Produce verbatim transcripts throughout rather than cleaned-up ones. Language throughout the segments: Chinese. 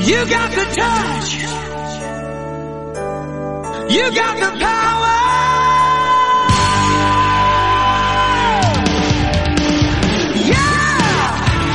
You got the touch. You got the power. Yeah.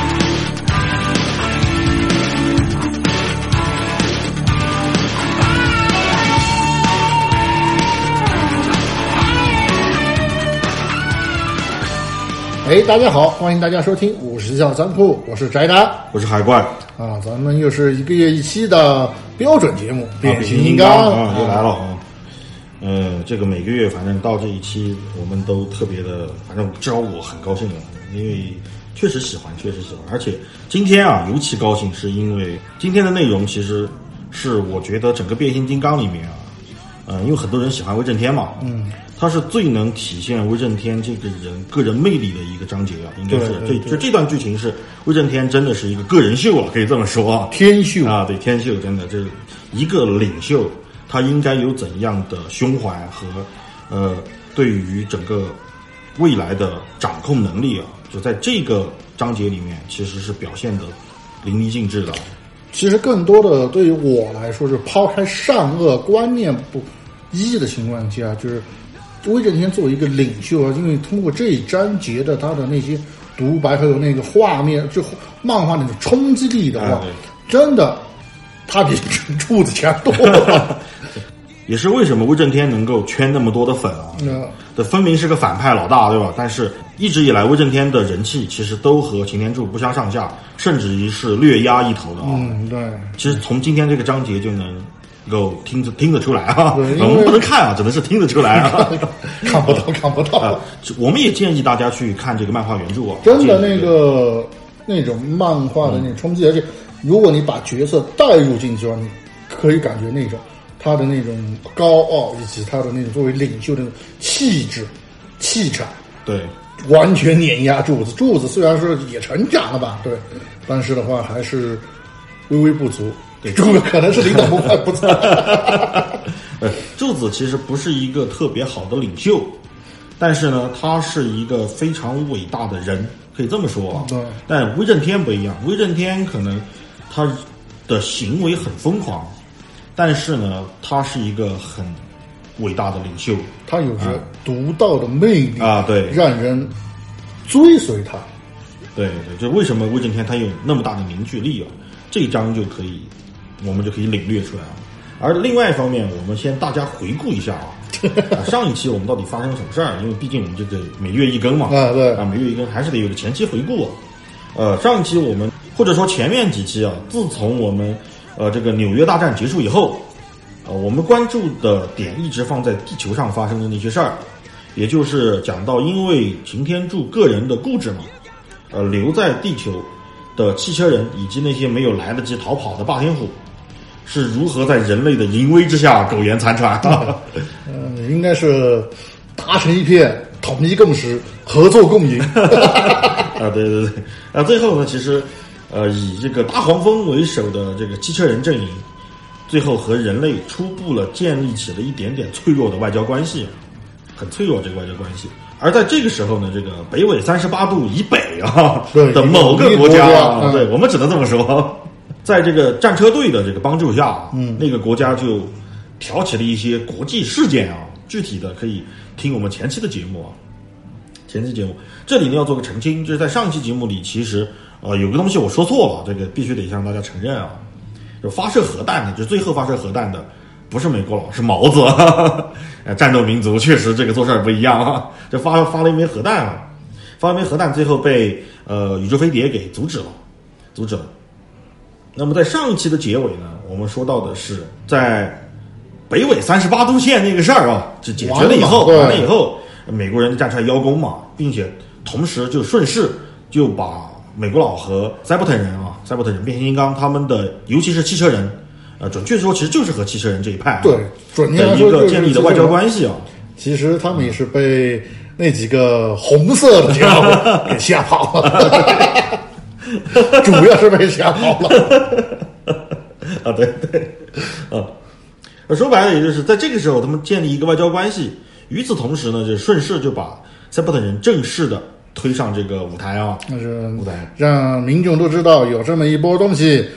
哎，大家好，欢迎大家收听五十笑仓库，我是宅达， 我是海怪啊，咱们又是一个月一期的标准节目，变形金刚刚啊，又来了啊。呃，这个每个月反正到这一期，我们都特别的，反正至少我很高兴了，因为确实喜欢，确实喜欢。而且今天啊，尤其高兴，是因为今天的内容其实是我觉得整个变形金刚里面啊，呃，因为很多人喜欢威震天嘛， 嗯， 他是最能体现威震天这个人个人魅力的一个章节啊，应该是这这这段剧情是威震天真的是一个个人秀了，可以这么说啊， 天秀啊，对，天秀真的这一个领袖。他应该有怎样的胸怀和，呃，对于整个未来的掌控能力啊？就在这个章节里面，其实是表现的淋漓尽致的。 其实更多的对于我来说，是抛开善恶观念不一的情况下，就是威震天作为一个领袖啊，因为通过这一章节的他的那些独白还有那个画面，就漫画那种冲击力的话， 哎、 真的他比柱子强多了。 也是为什么威震天能够圈那么多的粉啊？ 嗯， 这分明是个反派老大，对吧？但是一直以来，威震天的人气其实都和擎天柱不相上下，甚至于是略压一头的啊。 嗯，对。 其实从今天这个章节就能够听得听得出来啊。 对， 我们不能看啊，只能是听得出来啊。 看不到，看不到。 啊，我们也建议大家去看这个漫画原著啊。 真的那个那种漫画的那种冲击，嗯、而且如果你把角色带入进去的话，你可以感觉那种。他的那种高傲，以及他的那种作为领袖的那种气质、气场， 对， 完全碾压柱子。柱子虽然说也成长了吧，对，但是的话还是微微不足。对，柱子可能是领导不快不在。 呃，柱子其实不是一个特别好的领袖，但是呢，他是一个非常伟大的人，可以这么说啊。 对， 但威震天不一样，威震天可能他的行为很疯狂。但是呢，他是一个很伟大的领袖， 他有着独到的魅力啊，对， 让人追随他。 对对，就为什么威震天他有那么大的凝聚力啊？这一章就可以，我们就可以领略出来了。而另外一方面，我们先大家回顾一下啊，啊上一期我们到底发生了什么事儿？因为毕竟我们这个每月一更嘛， 啊对， 啊每月一更还是得有个前期回顾啊。呃，上一期我们或者说前面几期啊，自从我们呃，这个纽约大战结束以后，呃，我们关注的点一直放在地球上发生的那些事儿，也就是讲到因为擎天柱个人的固执嘛，呃，留在地球的汽车人以及那些没有来得及逃跑的霸天虎，是如何在人类的淫威之下苟延残喘。 嗯、呃，应该是达成一片统一共识，合作共赢。 啊，对对对，啊，最后呢，其实。呃，以这个大黄蜂为首的这个汽车人阵营，最后和人类初步了建立起了一点点脆弱的外交关系，很脆弱这个外交关系。而在这个时候呢，这个北纬三十八度以北啊的某个国家，啊嗯、对我们只能这么说，在这个战车队的这个帮助下， 嗯， 那个国家就挑起了一些国际事件啊，具体的可以听我们前期的节目啊，前期节目这里呢要做个澄清，就是在上期节目里其实。呃，有个东西我说错了，这个必须得向大家承认啊，就发射核弹的，就最后发射核弹的，不是美国佬，是毛子。呃，战斗民族确实这个做事不一样啊，就发发了一枚核弹啊，发了一枚核弹，最后被呃宇宙飞碟给阻止了，阻止了。那么在上一期的结尾呢，我们说到的是在北纬三十八度线那个事儿啊，就解决了以后，完了以后，美国人站出来邀功嘛，并且同时就顺势就把。美国佬和赛博特人啊，赛博特人、变形金刚他们的，尤其是汽车人，呃，准确说其实就是和汽车人这一派、啊、 对，准确的一个建立的外交关系啊。 其实他们也是被那几个红色的家伙给吓跑了，主要是被吓跑了。 啊，对对，啊，说白了也就是在这个时候他们建立一个外交关系，与此同时呢，就顺势就把赛博特人正式的。推上这个舞台啊， 那是舞台， 让民众都知道有这么一波东西，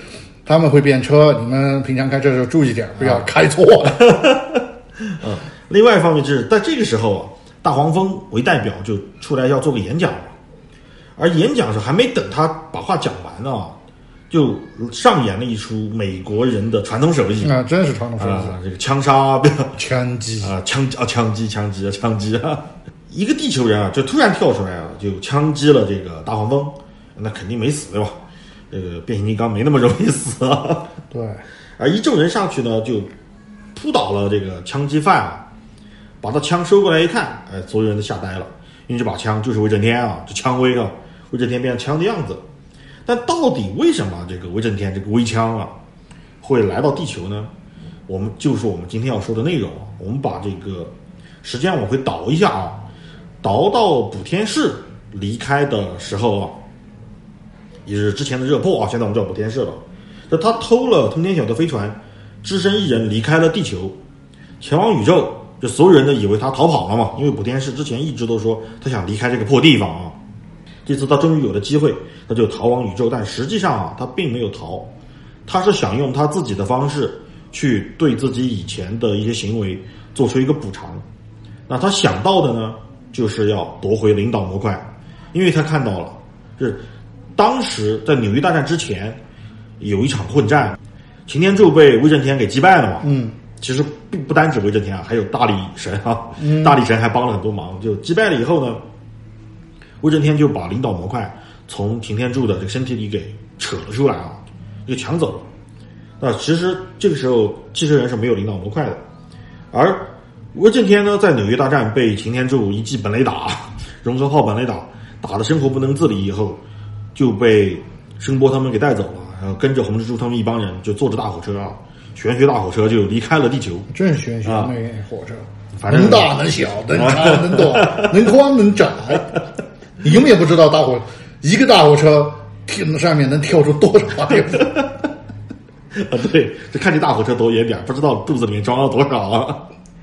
他们会变车，你们平常开车的时候注意点，不要开错了。 嗯，另外一方面就是在这个时候啊，大黄蜂为代表就出来要做个演讲嘛，而演讲时还没等他把话讲完呢，就上演了一出美国人的传统手艺啊，真是传统手艺啊，这个枪杀、 枪击啊，枪啊，枪击，枪击啊，枪击啊，一个地球人啊，就突然跳出来啊，就枪击了这个大黄蜂，那肯定没死对吧？这个变形金刚没那么容易死啊。 对， 而一众人上去呢，就扑倒了这个枪击犯啊，把他枪收过来一看，哎，所有人都吓呆了，因为这把枪就是威震天啊，这枪威啊，威震天变成枪的样子。但到底为什么这个威震天这个微枪啊会来到地球呢？我们就是我们今天要说的内容。我们把这个时间往回倒一下啊，倒到补天士离开的时候啊，也是之前的热破啊，现在我们叫补天士了。这他偷了通天晓的飞船，只身一人离开了地球，前往宇宙。就所有人都以为他逃跑了嘛，因为补天士之前一直都说他想离开这个破地方啊。这次他终于有了机会，他就逃往宇宙，但实际上啊，他并没有逃，他是想用他自己的方式去对自己以前的一些行为做出一个补偿。那他想到的呢，就是要夺回领导模块，因为他看到了，就是当时在纽约大战之前有一场混战，擎天柱被威震天给击败了嘛。 嗯， 其实并不单指威震天啊，还有大力神啊， 嗯、 大力神还帮了很多忙。就击败了以后呢，威震天就把领导模块从擎天柱的这个身体里给扯了出来啊，就抢走了。那其实这个时候汽车人是没有领导模块的，而威震天呢，在纽约大战被擎天柱一记本雷打，融合炮本雷打，打得生活不能自理以后，就被声波他们给带走了，然后跟着红蜘蛛他们一帮人就坐着大火车啊，玄学大火车就离开了地球。 真是玄学啊， 那火车， 反正能大能小，能长能短，能宽能窄。你永远不知道大火一个大火车上面能跳出多少把电子。 啊，对，这看这大火车多远点，不知道肚子里面装了多少啊。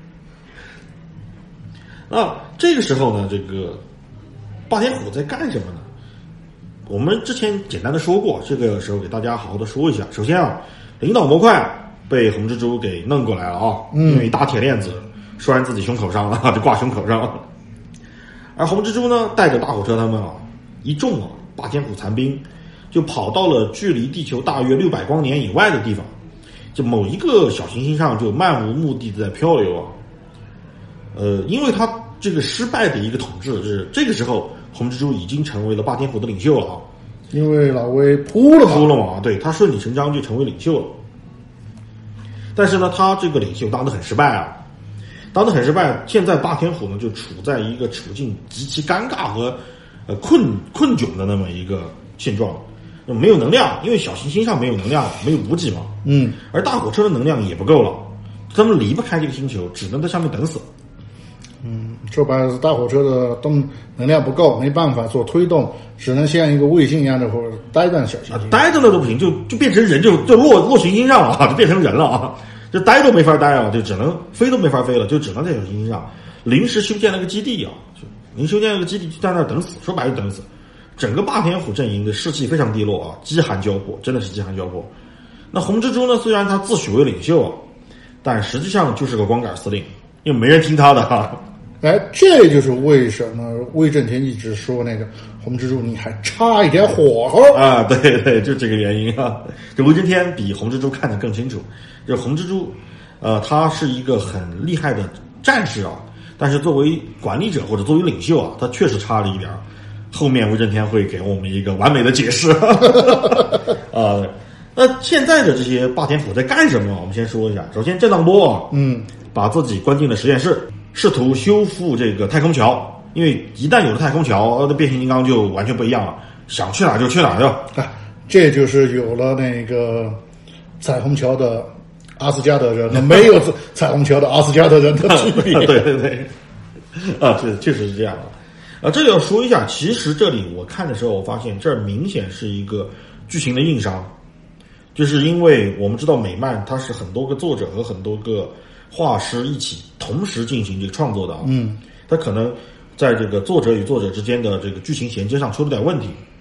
那这个时候呢，这个霸天虎在干什么呢？我们之前简单的说过，这个时候给大家好好的说一下。首先啊，领导模块被红蜘蛛给弄过来了啊， 嗯、 因为一大铁链子拴自己胸口上了，就挂胸口上。而红蜘蛛呢，带着大火车他们啊，一众啊霸天虎残兵，就跑到了距离地球大约六百光年以外的地方，就某一个小行星上，就漫无目的的在漂流啊。呃，因为他这个失败的一个统治，就是这个时候红蜘蛛已经成为了霸天虎的领袖了啊。 因为老威扑了嘛， 扑了嘛，对，他顺理成章就成为领袖了。但是呢，他这个领袖当得很失败啊。当得很失败，现在霸天虎呢就处在一个处境极其尴尬和呃困困窘的那么一个现状，没有能量，因为小行星上没有能量，没有补给嘛。 嗯， 而大火车的能量也不够了，他们离不开这个星球，只能在上面等死。 嗯，说白了是大火车的动能量不够，没办法做推动，只能像一个卫星一样的或者待在小行星、 啊，待着那都不行，就就变成人就就落落行星上了，就变成人了啊。就待都没法待啊，就只能飞都没法飞了，就只能在小行星上临时修建了个基地啊，就临修建了个基地，就在那儿等死，说白了等死。整个霸天虎阵营的士气非常低落啊，饥寒交迫，真的是饥寒交迫。那红蜘蛛呢，虽然他自诩为领袖啊，但实际上就是个光杆司令，因为没人听他的哈、啊。 哎，这就是为什么威震天一直说那个红蜘蛛你还差一点火候啊，对对，就这个原因啊。这威震天比红蜘蛛看得更清楚，这红蜘蛛，呃，他是一个很厉害的战士啊，但是作为管理者或者作为领袖啊，他确实差了一点。后面威震天会给我们一个完美的解释啊。那现在的这些霸天虎在干什么？我们先说一下。首先，震荡波啊， 嗯， 把自己关进了实验室。试图修复这个太空桥，因为一旦有了太空桥，那变形金刚就完全不一样了，想去哪就去哪了。 啊，这就是有了那个彩虹桥的阿斯加德人和没有彩虹桥的阿斯加德人的区别。 对对对，啊，这确实是这样的。啊，这里要说一下，其实这里我看的时候，我发现这儿明显是一个剧情的硬伤，就是因为我们知道美漫它是很多个作者和很多个画师一起同时进行这个创作的啊， 嗯， 他可能在这个作者与作者之间的这个剧情衔接上出了点问题。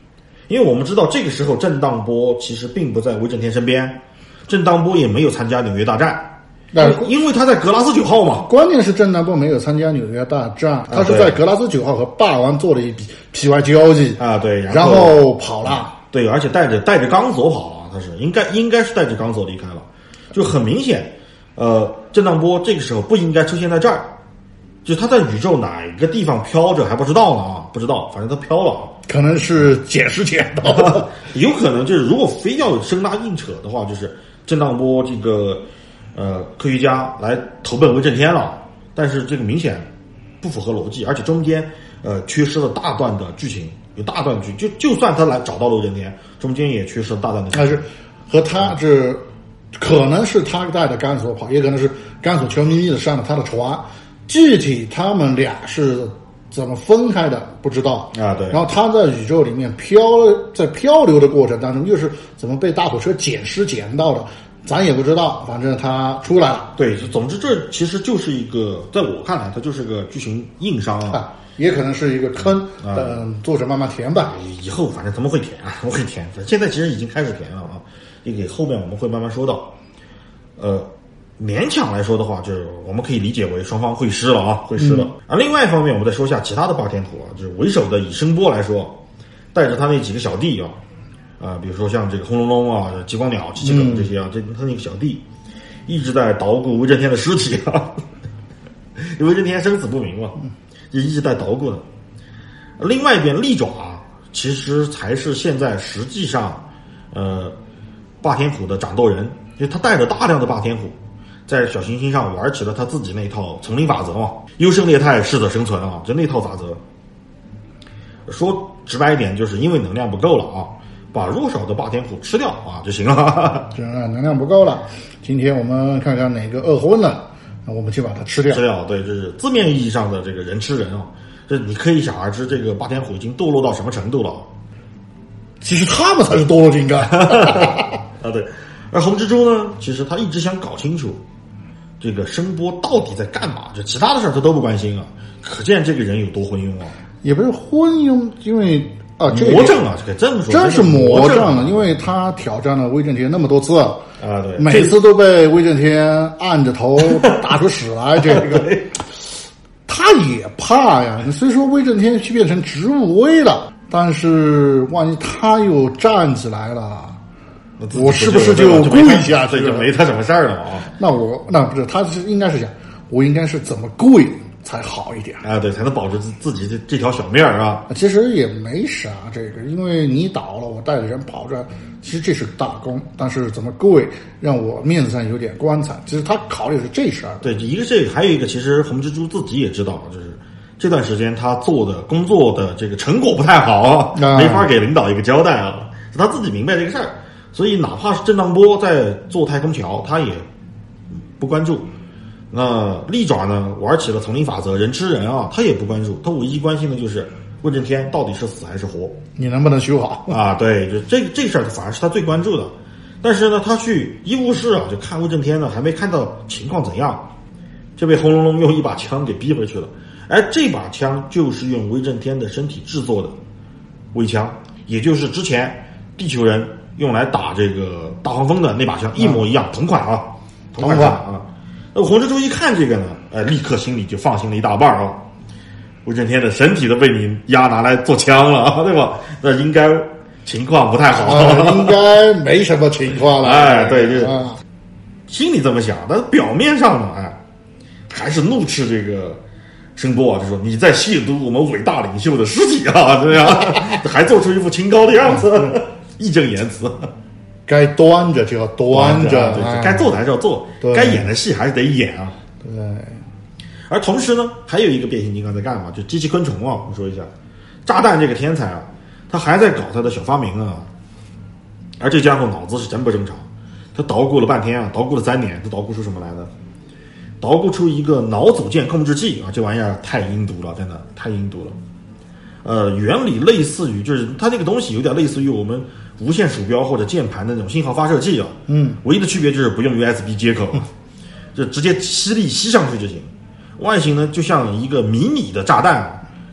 因为我们知道这个时候震荡波其实并不在威震天身边，震荡波也没有参加纽约大战， 但是因为他在格拉斯九号嘛。 关键是震荡波没有参加纽约大战，他是在格拉斯九号和霸王做了一笔 P Y 交易啊，对， 然然后跑了。 对，而且带着带着钢索跑了，他是应该应该是带着钢索离开了，就很明显，呃，震荡波这个时候不应该出现在这儿，就他在宇宙哪一个地方飘着还不知道呢啊，不知道，反正他飘了啊， 可能是捡尸捡到， 有可能就是如果非要生拉硬扯的话，就是震荡波这个呃科学家来投奔威震天了，但是这个明显不符合逻辑，而且中间呃缺失了大段的剧情。有大段剧，就就算他来找到了威震天，中间也缺失了大段的剧情。 但是和他这可能是他带的钢索跑，也可能是钢索悄咪咪的上了他的船，具体他们俩是怎么分开的不知道啊。对。 然后他在宇宙里面漂，在漂流的过程当中，又是怎么被大火车捡尸捡到的，咱也不知道。反正他出来了。 对，总之这其实就是一个，在我看来，它就是个剧情硬伤啊。 啊也可能是一个坑，嗯、呃，作者慢慢填吧。 以后反正他们会填啊，他们会填。现在其实已经开始填了啊，这个后面我们会慢慢说到。呃，勉强来说的话，就是我们可以理解为双方会师了啊，会师了。嗯、而另外一方面，我们再说一下其他的霸天虎啊，就是为首的以声波来说，带着他那几个小弟啊，啊、呃，比如说像这个轰隆隆啊、激光鸟、七七梗这些啊，这、嗯、他那个小弟一直在捣鼓威震天的尸体啊，威震天生死不明嘛。嗯就一直在捣鼓的。另外一边，利爪其实才是现在实际上，呃，霸天虎的掌舵人，因为他带着大量的霸天虎，在小行星上玩起了他自己那套丛林法则嘛，优胜劣汰，适者生存啊，就那套法则。说直白一点，就是因为能量不够了啊，把弱小的霸天虎吃掉啊就行了。 是啊，能量不够了。今天我们看看哪个饿昏了。那我们就把它吃掉。 吃掉，对，这是字面意义上的这个人吃人啊。这你可以想而知，这个霸天虎已经堕落到什么程度了。 其实他们才是堕落精干啊，对。而红蜘蛛呢，其实他一直想搞清楚这个声波到底在干嘛，就其他的事儿他都不关心啊。可见这个人有多昏庸啊！ 也不是昏庸，因为啊，这魔怔啊，可以这么说， 真是魔怔了，因为他挑战了威震天那么多次啊，对， 每次都被威震天按着头打出屎来，这个他也怕呀。虽说威震天去变成植物威了，但是万一他又站起来了，我是不是就跪下去了？ 这就没他什么事儿了啊。 那我那不是，他是应该是想，我应该是怎么跪才好一点啊？对，才能保住自自己这这条小命儿啊。 其实也没啥，这个，因为你倒了，我带着人跑着，其实这是大功，但是怎么跪让我面子上有点光彩，其实他考虑的是这事儿。 对，一个这个，还有一个，其实红蜘蛛自己也知道，就是这段时间他做的工作的这个成果不太好，啊、没法给领导一个交代啊。他自己明白这个事儿，所以哪怕是震荡波在做太空桥，他也不关注。那利爪呢，玩起了丛林法则，人吃人啊，他也不关注，他唯一关心的就是威震天到底是死还是活， 你能不能修好啊？对，就这这事儿反而是他最关注的。但是呢，他去医务室啊，就看威震天呢，还没看到情况怎样，就被轰隆隆用一把枪给逼回去了。而这把枪就是用威震天的身体制作的微枪，也就是之前地球人用来打这个大黄蜂的那把枪一模一样，同款啊，同款啊。那红蜘蛛一看这个呢，呃，立刻心里就放心了一大半啊。威震天的身体都被你丫拿来做枪了啊，对吧？那应该情况不太好， 啊、应该没什么情况了。 哎，对，就是、 啊、 心里这么想，但是表面上呢，哎，还是怒斥这个声波啊，就说你在亵渎我们伟大领袖的尸体啊，怎么样？还做出一副清高的样子，义正言辞。 该端着就要端着， 对，该做的还是要做，该演的戏还是得演啊。 对。 而同时呢，还有一个变形金刚在干嘛？就机器昆虫啊，我们说一下，炸弹这个天才啊，他还在搞他的小发明啊。而这家伙脑子是真不正常，他捣鼓了半天啊，捣鼓了三年，他捣鼓出什么来呢？捣鼓出一个脑组件控制器啊，这玩意儿太阴毒了，真的太阴毒了。呃，原理类似于，就是它那个东西有点类似于我们无线鼠标或者键盘的那种信号发射器啊。 嗯， 唯一的区别就是不用 U S B 接口，就直接吸力吸上去就行。外形呢，就像一个迷你的炸弹，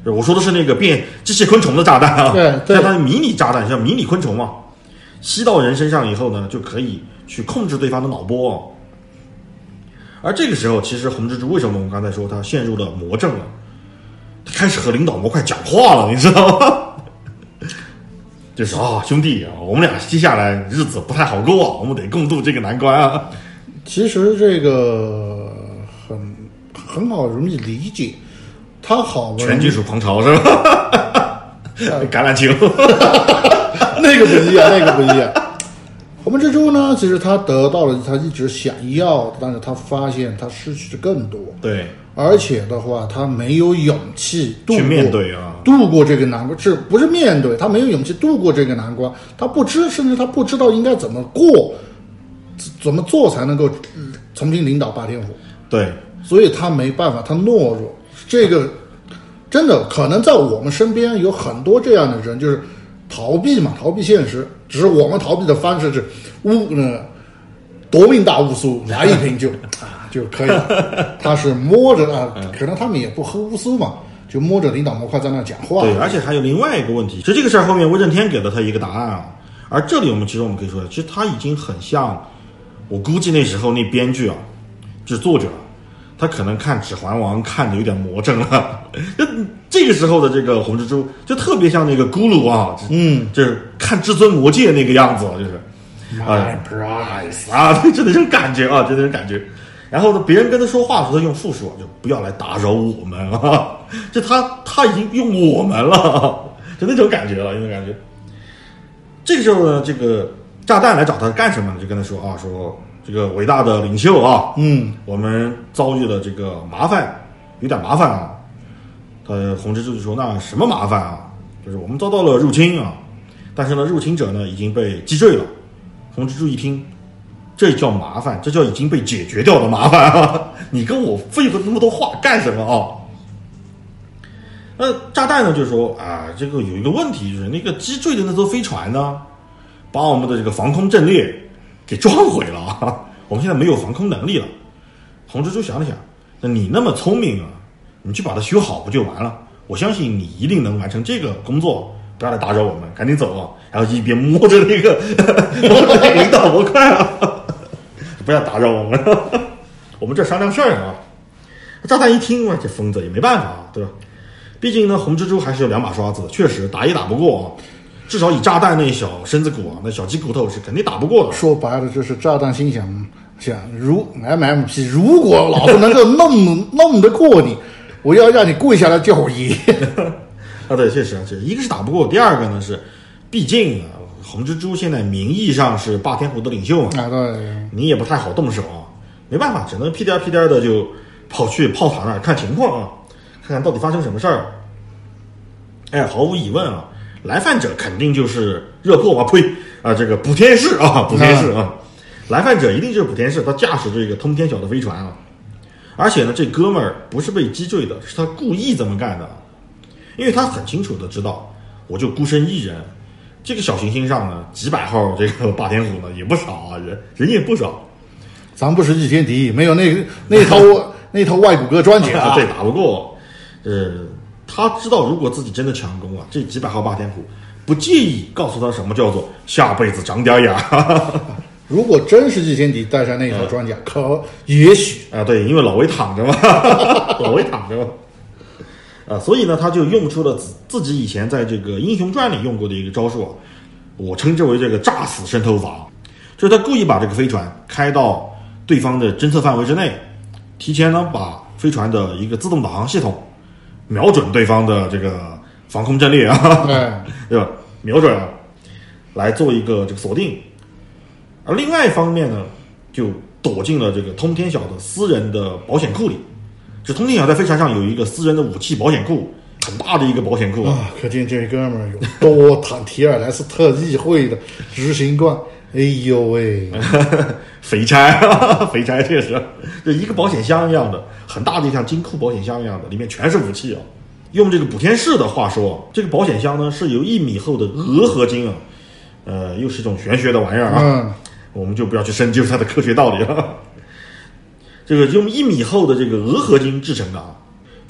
我说的是那个变机械昆虫的炸弹啊， 对对， 像它迷你炸弹，像迷你昆虫嘛，吸到人身上以后呢，就可以去控制对方的脑波、哦。而这个时候，其实红蜘蛛为什么我们刚才说他陷入了魔怔了？他开始和领导模块讲话了，你知道吗？就是啊，兄弟啊，我们俩接下来日子不太好过啊，我们得共度这个难关啊。 其实这个很很好容易理解，他好全金属狂潮是吧？橄榄球， 那个不一样，那个不一样。红蜘蛛呢，其实他得到了他一直想要的，但是他发现他失去的更多。 对， 而且的话，他没有勇气度过去面对啊， 度过这个难关，是不是面对？他没有勇气度过这个难关，他不知，甚至他不知道应该怎么过，怎么做才能够重新领导霸天虎。 对， 所以他没办法，他懦弱。这个真的可能在我们身边有很多这样的人，就是逃避嘛，逃避现实。只是我们逃避的方式是乌呃夺命大乌苏来一瓶就啊就可以了。他是摸着啊，可能他们也不喝乌苏嘛，就摸着领导模块在那讲话。 对，而且还有另外一个问题，其实这个事儿后面威震天给了他一个答案啊。而这里我们其实我们可以说，其实他已经很像，我估计那时候那编剧啊，就是作者，他可能看《指环王》看的有点魔怔了。这个时候的这个红蜘蛛就特别像那个咕噜啊， 嗯， 就是看《至尊魔戒》那个样子，就是。 My price 啊，就那种感觉啊，就那种感觉。然后呢，别人跟他说话的时候用复数，就不要来打扰我们啊。就他他已经用我们了，就那种感觉了，那种感觉。这个时候呢，这个炸弹来找他干什么呢？就跟他说啊，说这个伟大的领袖啊， 嗯， 我们遭遇了这个麻烦，有点麻烦啊。他红蜘蛛就说：“那什么麻烦啊？就是我们遭到了入侵啊，但是呢，入侵者呢已经被击坠了。”红蜘蛛一听，这叫麻烦，这叫已经被解决掉的麻烦啊！你跟我废话那么多话干什么啊？那炸弹呢就说啊，这个有一个问题，就是那个击坠的那艘飞船呢，把我们的这个防空阵列给撞毁了啊！我们现在没有防空能力了。红蜘蛛想了想，那你那么聪明啊，你去把它修好不就完了？我相信你一定能完成这个工作。不要来打扰我们，赶紧走啊！然后一边摸着那个摸着那个领导模块啊，不要打扰我们，我们这商量事儿啊。炸弹一听嘛，这疯子也没办法啊，对吧？毕竟呢，红蜘蛛还是有两把刷子的，确实打也打不过啊。至少以炸弹那小身子骨啊，那小鸡骨头是肯定打不过的。 说白了就是炸弹心想想，如 M M P， 如果老子能够弄弄得过你，我要让你跪下来叫我爷。 啊，对，确实啊，这一个是打不过，第二个呢是，毕竟啊，红蜘蛛现在名义上是霸天虎的领袖嘛， 啊，对， 你也不太好动手啊，没办法，只能屁颠屁颠的就跑去炮塔那儿看情况啊，看看到底发生什么事儿。哎，毫无疑问啊，来犯者肯定就是热破啊，呸啊，这个补天士啊，补天士啊，来犯者一定就是补天士，他驾驶这个通天晓的飞船啊，而且呢，这哥们儿不是被击坠的，是他故意这么干的。因为他很清楚的知道，我就孤身一人，这个小行星上呢，几百号这个霸天虎呢也不少啊，人人也不少。 咱不是一天敌，没有那那套那套外骨骼装甲， 啊、对，打不过。呃，他知道如果自己真的强攻啊，这几百号霸天虎不介意告诉他什么叫做下辈子长点牙。 如果真是一天敌带上那一套装甲，可也许啊，对，因为老魏躺着嘛，老魏躺着嘛。啊，所以呢，他就用出了自自己以前在这个《英雄传》里用过的一个招数啊，我称之为这个炸死渗透法，就是他故意把这个飞船开到对方的侦测范围之内，提前呢把飞船的一个自动导航系统瞄准对方的这个防空阵列啊， 哎， 对吧？瞄准啊，来做一个这个锁定。而另外一方面呢，就躲进了这个通天晓的私人的保险库里。就通天晓在飞船上有一个私人的武器保险库，很大的一个保险库啊！可见这哥们儿有多坦提尔莱斯特议会的执行官。哎呦喂， 肥差，肥差确实，就一个保险箱一样的，很大的像金库保险箱一样的，里面全是武器啊。用这个补天士的话说，这个保险箱呢是由一米厚的鹅合金啊，呃，又是一种玄学的玩意儿啊， 嗯， 我们就不要去深究它的科学道理了。这个用一米厚的这个鹅合金制成的啊，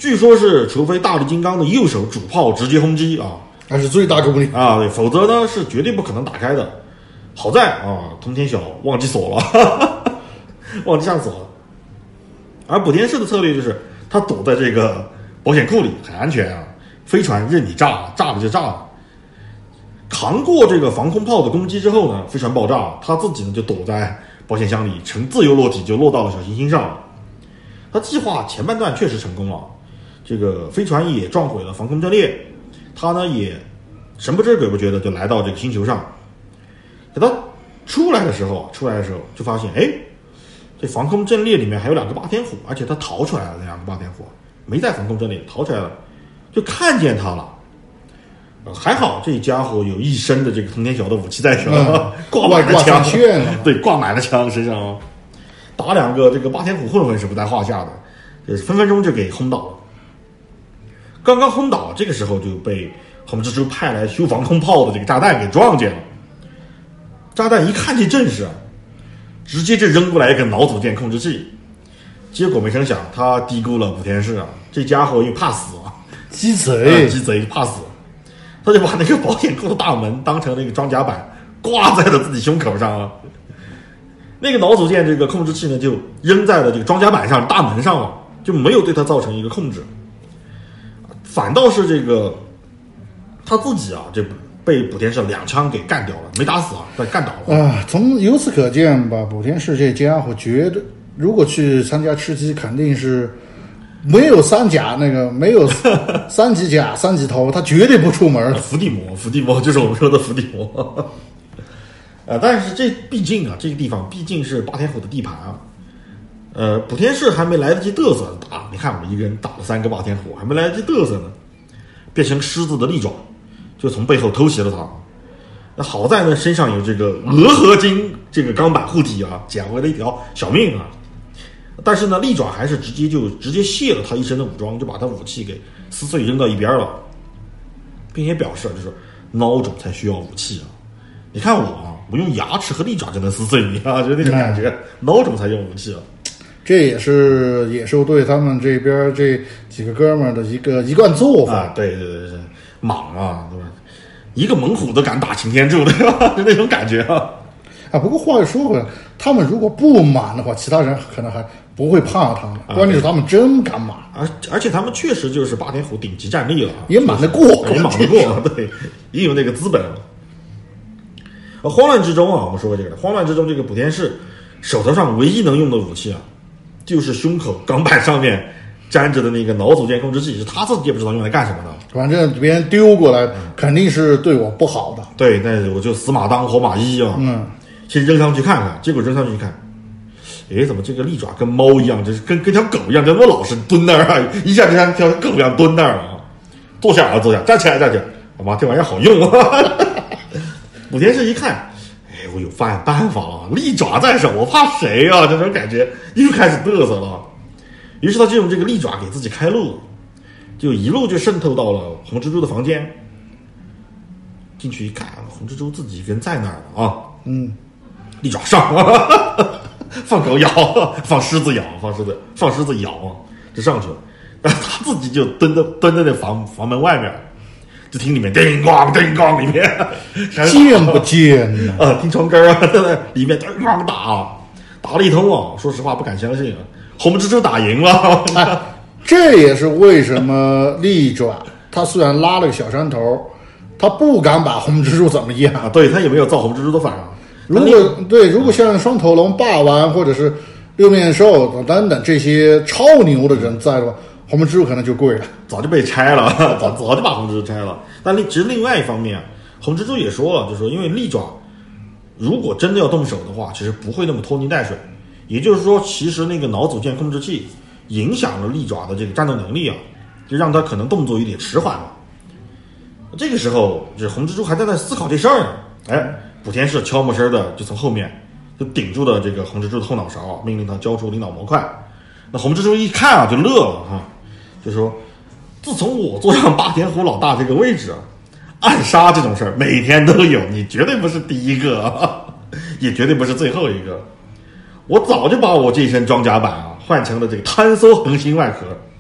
据说是除非大力金刚的右手主炮直接轰击啊， 那是最大功率啊，对，否则呢是绝对不可能打开的。好在啊，通天晓忘记锁了，哈哈，忘记上锁了。而补天士的策略就是他躲在这个保险库里，很安全啊，飞船任你炸，炸了就炸了。扛过这个防空炮的攻击之后呢，飞船爆炸，他自己呢就躲在保险箱里，呈自由落体就落到了小行星上。他计划前半段确实成功了，这个飞船也撞毁了防空阵列，他呢也神不知鬼不觉的就来到这个星球上。等他出来的时候，出来的时候就发现，哎，这防空阵列里面还有两个霸天虎，而且他逃出来了，那两个霸天虎没在防空阵列逃出来了，就看见他了。呃，还好这家伙有一身的这个通天晓的武器在身，嗯、挂满了枪，对，挂满了枪身上，打两个这个霸天虎混混是不在话下的，就是分分钟就给轰倒了。刚刚轰倒，这个时候就被红蜘蛛派来修防空炮的这个炸弹给撞见了。炸弹一看这阵势，直接就扔过来一个脑组件控制器，结果没成想他低估了补天士啊，这家伙因为怕死啊， 鸡贼， 鸡贼怕死。他就把那个保险库的大门当成那个装甲板挂在了自己胸口上啊。那个脑组件这个控制器呢，就扔在了这个装甲板上大门上了，就没有对它造成一个控制。反倒是这个他自己啊，这被补天士两枪给干掉了，没打死啊，但干倒了啊。从由此可见吧，补天士这家伙觉得如果去参加吃鸡，肯定是。没有三甲那个没有三级甲三级头，他绝对不出门。 伏地魔，伏地魔就是我们说的伏地魔。呃，但是这毕竟啊，这个地方毕竟是霸天虎的地盘啊。呃，补天士还没来得及嘚瑟打，你看我一个人打了三个霸天虎，还没来得及嘚瑟呢，变成狮子的利爪就从背后偷袭了他。那好在呢，身上有这个鹅合金这个钢板护体啊，捡回了一条小命啊。但是呢，利爪还是直接就直接卸了他一身的武装，就把他武器给撕碎扔到一边了，并且表示就是孬种才需要武器啊！你看我啊，我用牙齿和利爪就能撕碎你啊，就那种感觉，嗯、孬种才用武器啊！ 这也是野兽队他们这边这几个哥们儿的一个一贯做法啊！对对对对，莽啊，对吧？一个猛虎都敢打擎天柱，对吧？就那种感觉啊！ 啊，不过话又说回来，他们如果不满的话，其他人可能还不会怕他们。关键是他们真敢满， 而而且他们确实就是霸天虎顶级战力了， 也满得过， 也满得过，对，也有那个资本。呃，慌乱之中啊，我们说过这个，慌乱之中，这个补天士手头上唯一能用的武器啊，就是胸口钢板上面粘着的那个脑组件控制器，是他自己也不知道用来干什么的。 反正别人丢过来，肯定是对我不好的。 对，那我就死马当活马医啊。 嗯。 先扔上去看看，结果扔上去一看，哎，怎么这个利爪跟猫一样，就是跟跟条狗一样，就那么老实蹲那儿啊，一下就像条狗一样蹲那儿啊，坐下啊，坐下，站起来，站起来，好吧，这玩意儿好用啊！补天士一看，哎，我有发现办法了，利爪在手，我怕谁啊？这种感觉又开始嘚瑟了。于是他就用这个利爪给自己开路，就一路就渗透到了红蜘蛛的房间。进去一看，红蜘蛛自己一个人在那儿了啊， 嗯。 利爪上，放狗咬，放狮子咬，放狮子，放狮子咬，就上去了。然后他自己就蹲在蹲在那房房门外面，就听里面叮咣叮咣，里面见不见呢？ 啊，听床根啊，在那里面叮咣打，打了一通啊。说实话，不敢相信啊，红蜘蛛打赢了。 哎，这也是为什么利爪他虽然拉了个小山头，他不敢把红蜘蛛怎么样啊？对，他也没有造红蜘蛛的反啊。 如果对，如果像双头龙、霸王或者是六面兽等等这些超牛的人在的话，红蜘蛛可能就贵了， 早就被拆了，早早就把红蜘蛛拆了。但另其实另外一方面，红蜘蛛也说了，就是说因为利爪如果真的要动手的话，其实不会那么拖泥带水。也就是说，其实那个脑组件控制器影响了利爪的这个战斗能力啊，就让他可能动作有点迟缓了。这个时候，这红蜘蛛还在那思考这事儿呢，哎。补天士悄没声的就从后面就顶住了这个红蜘蛛的后脑勺，命令他交出领导模块。那红蜘蛛一看啊，就乐了哈，就说：“自从我坐上霸天虎老大这个位置啊，暗杀这种事儿每天都有，你绝对不是第一个啊，也绝对不是最后一个。我早就把我这身装甲板啊换成了这个坍缩恒星外壳，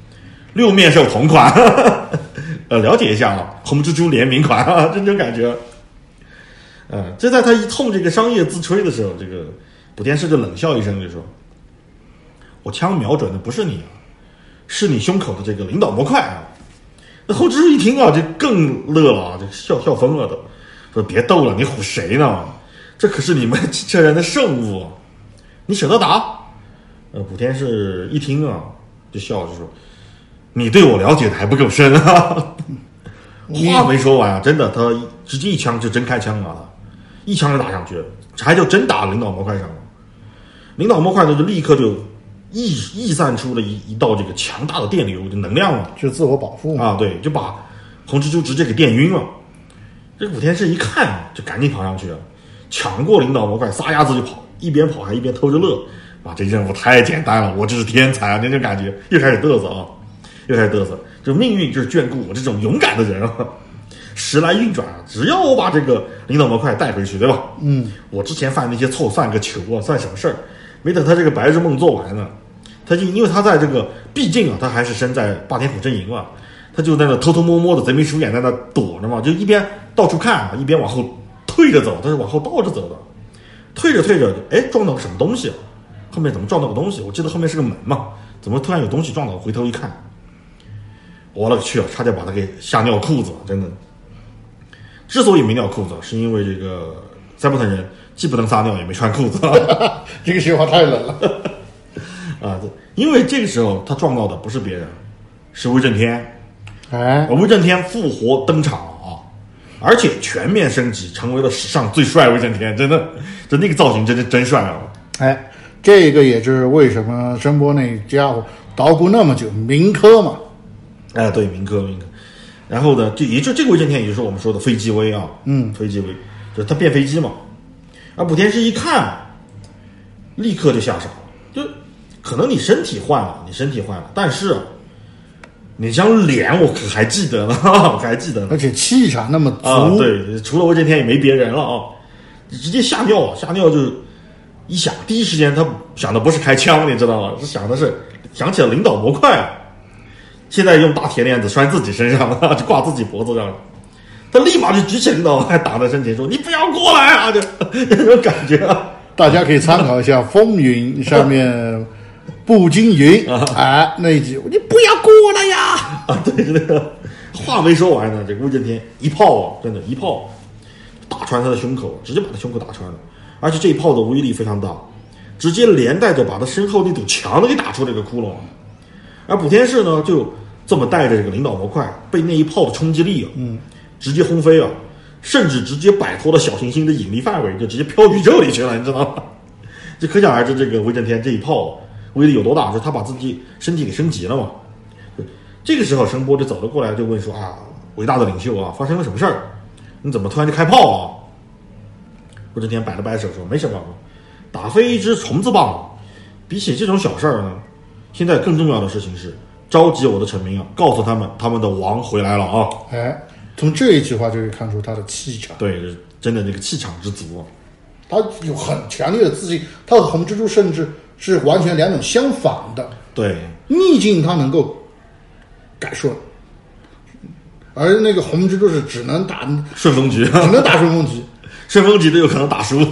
六面兽同款，呃，了解一下啊，红蜘蛛联名款啊，这种感觉。呃，这在他一通这个商业自吹的时候，这个补天士就冷笑一声，就说：“我枪瞄准的不是你啊，是你胸口的这个领导模块啊。”那红蜘蛛一听啊，就更乐了啊，就笑笑疯了都，说：“别逗了，你唬谁呢？这可是你们汽车人的圣物，你舍得打？”呃，补天士一听啊，就笑着说：“你对我了解的还不够深啊！”话没说完啊，真的，他直接一枪就真开枪了，他一枪就打上去了，还就真打领导模块上了。领导模块呢，就立刻就溢溢散出了一一道这个强大的电流，就能量了， 就是自我保护啊，对，就把红蜘蛛直接给电晕了。这个补天士一看啊，就赶紧跑上去了，抢过领导模块，撒丫子就跑，一边跑还一边偷着乐。哇，这任务太简单了，我这是天才啊！那种感觉又开始嘚瑟啊，又开始嘚瑟。就命运就是眷顾我这种勇敢的人啊，时来运转啊，只要我把这个领导模块带回去，对吧？ 嗯， 我之前犯那些错算个球啊，算什么事儿？没等他这个白日梦做完呢，他就因为他在这个，毕竟啊，他还是身在霸天虎阵营嘛，他就在那偷偷摸摸的贼眉鼠眼在那躲着嘛，就一边到处看啊，一边往后退着走，他是往后倒着走的，退着退着，哎，撞到个什么东西了？后面怎么撞到个东西？我记得后面是个门嘛，怎么突然有东西撞到？回头一看，我勒个去啊！差点把他给吓尿裤子了，真的。之所以没尿裤子，是因为这个塞伯特人既不能撒尿，也没穿裤子。 这个句话太冷了啊！因为这个时候他撞到的不是别人，是威震天。 哎， 威震天复活登场啊，而且全面升级，成为了史上最帅威震天，真的，就那个造型真的真帅啊！ 哎。这个也就是为什么声波那家伙捣鼓那么久，民科嘛， 哎，对，民科民科。然后呢，就也就这个威震天，也就是我们说的飞机威啊， 嗯， 飞机威，就是他变飞机嘛。而补天士一看，立刻就吓傻了，就可能你身体换了，你身体换了，但是你张脸我可还记得呢，我还记得呢， 而且气场那么足， 啊，对，除了威震天也没别人了啊，直接吓尿，吓尿就。一想，第一时间他想的不是开枪，你知道吗？是想的是想起了领导模块啊。现在用大铁链子拴自己身上了，就挂自己脖子上了。他立马就举起领导模块打在身前，说：“你不要过来啊！”就那种感觉啊。 大家可以参考一下《风云》上面步惊云啊，哎，那一集，你不要过来呀！ 啊，对，这个话没说完呢，这个威震天一炮啊，真的，一炮打穿他的胸口，直接把他胸口打穿了。而且这一炮的威力非常大，直接连带着把他身后那堵墙都给打出这个窟窿了。而补天士呢，就这么带着这个领导模块，被那一炮的冲击力啊，嗯，直接轰飞啊，甚至直接摆脱了小行星的引力范围，就直接飘宇宙里去了，你知道吗？就可想而知，这个威震天这一炮威力有多大，就是他把自己身体给升级了嘛。这个时候，声波就走了过来，就问说：“啊，伟大的领袖啊，发生了什么事儿？你怎么突然就开炮啊？”威震天摆了摆手说：“没什么，打飞一只虫子棒。比起这种小事儿呢，现在更重要的事情是召集我的臣民啊，告诉他们他们的王回来了啊！” 哎，从这一句话就可以看出他的气场。 对，真的这个气场之足啊！ 他有很强烈的自信，他和红蜘蛛甚至是完全两种相反的。 对， 逆境他能够改顺，而那个红蜘蛛是只能打顺风局， 只能打顺风局。 顺风局都有可能打输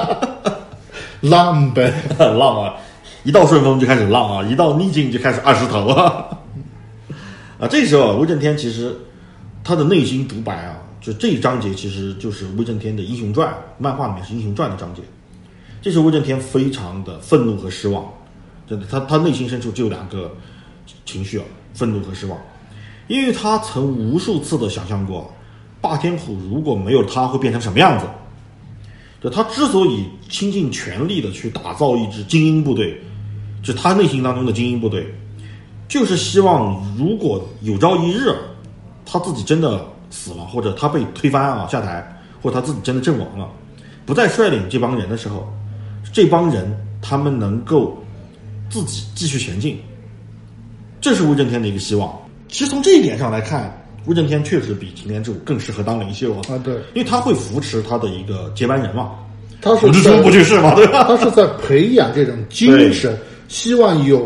浪呗， 浪啊！一到顺风就开始浪啊，一到逆境就开始二十头啊！啊，这时候威震天其实他的内心独白啊，就这一章节其实就是威震天的英雄传，漫画里面是英雄传的章节。这时候威震天非常的愤怒和失望，真的，他他内心深处就有两个情绪啊，愤怒和失望，因为他曾无数次的想象过，霸天虎如果没有他会变成什么样子。就他之所以倾尽全力的去打造一支精英部队，就他内心当中的精英部队，就是希望如果有朝一日他自己真的死了，或者他被推翻啊下台，或者他自己真的阵亡了，不再率领这帮人的时候，这帮人他们能够自己继续前进，这是威震天的一个希望。其实从这一点上来看，威震天确实比擎天柱更适合当领袖啊！ 啊，对， 因为他会扶持他的一个接班人嘛， 他是蜘蛛不去世嘛，对吧？ 他是在培养这种精神，希望有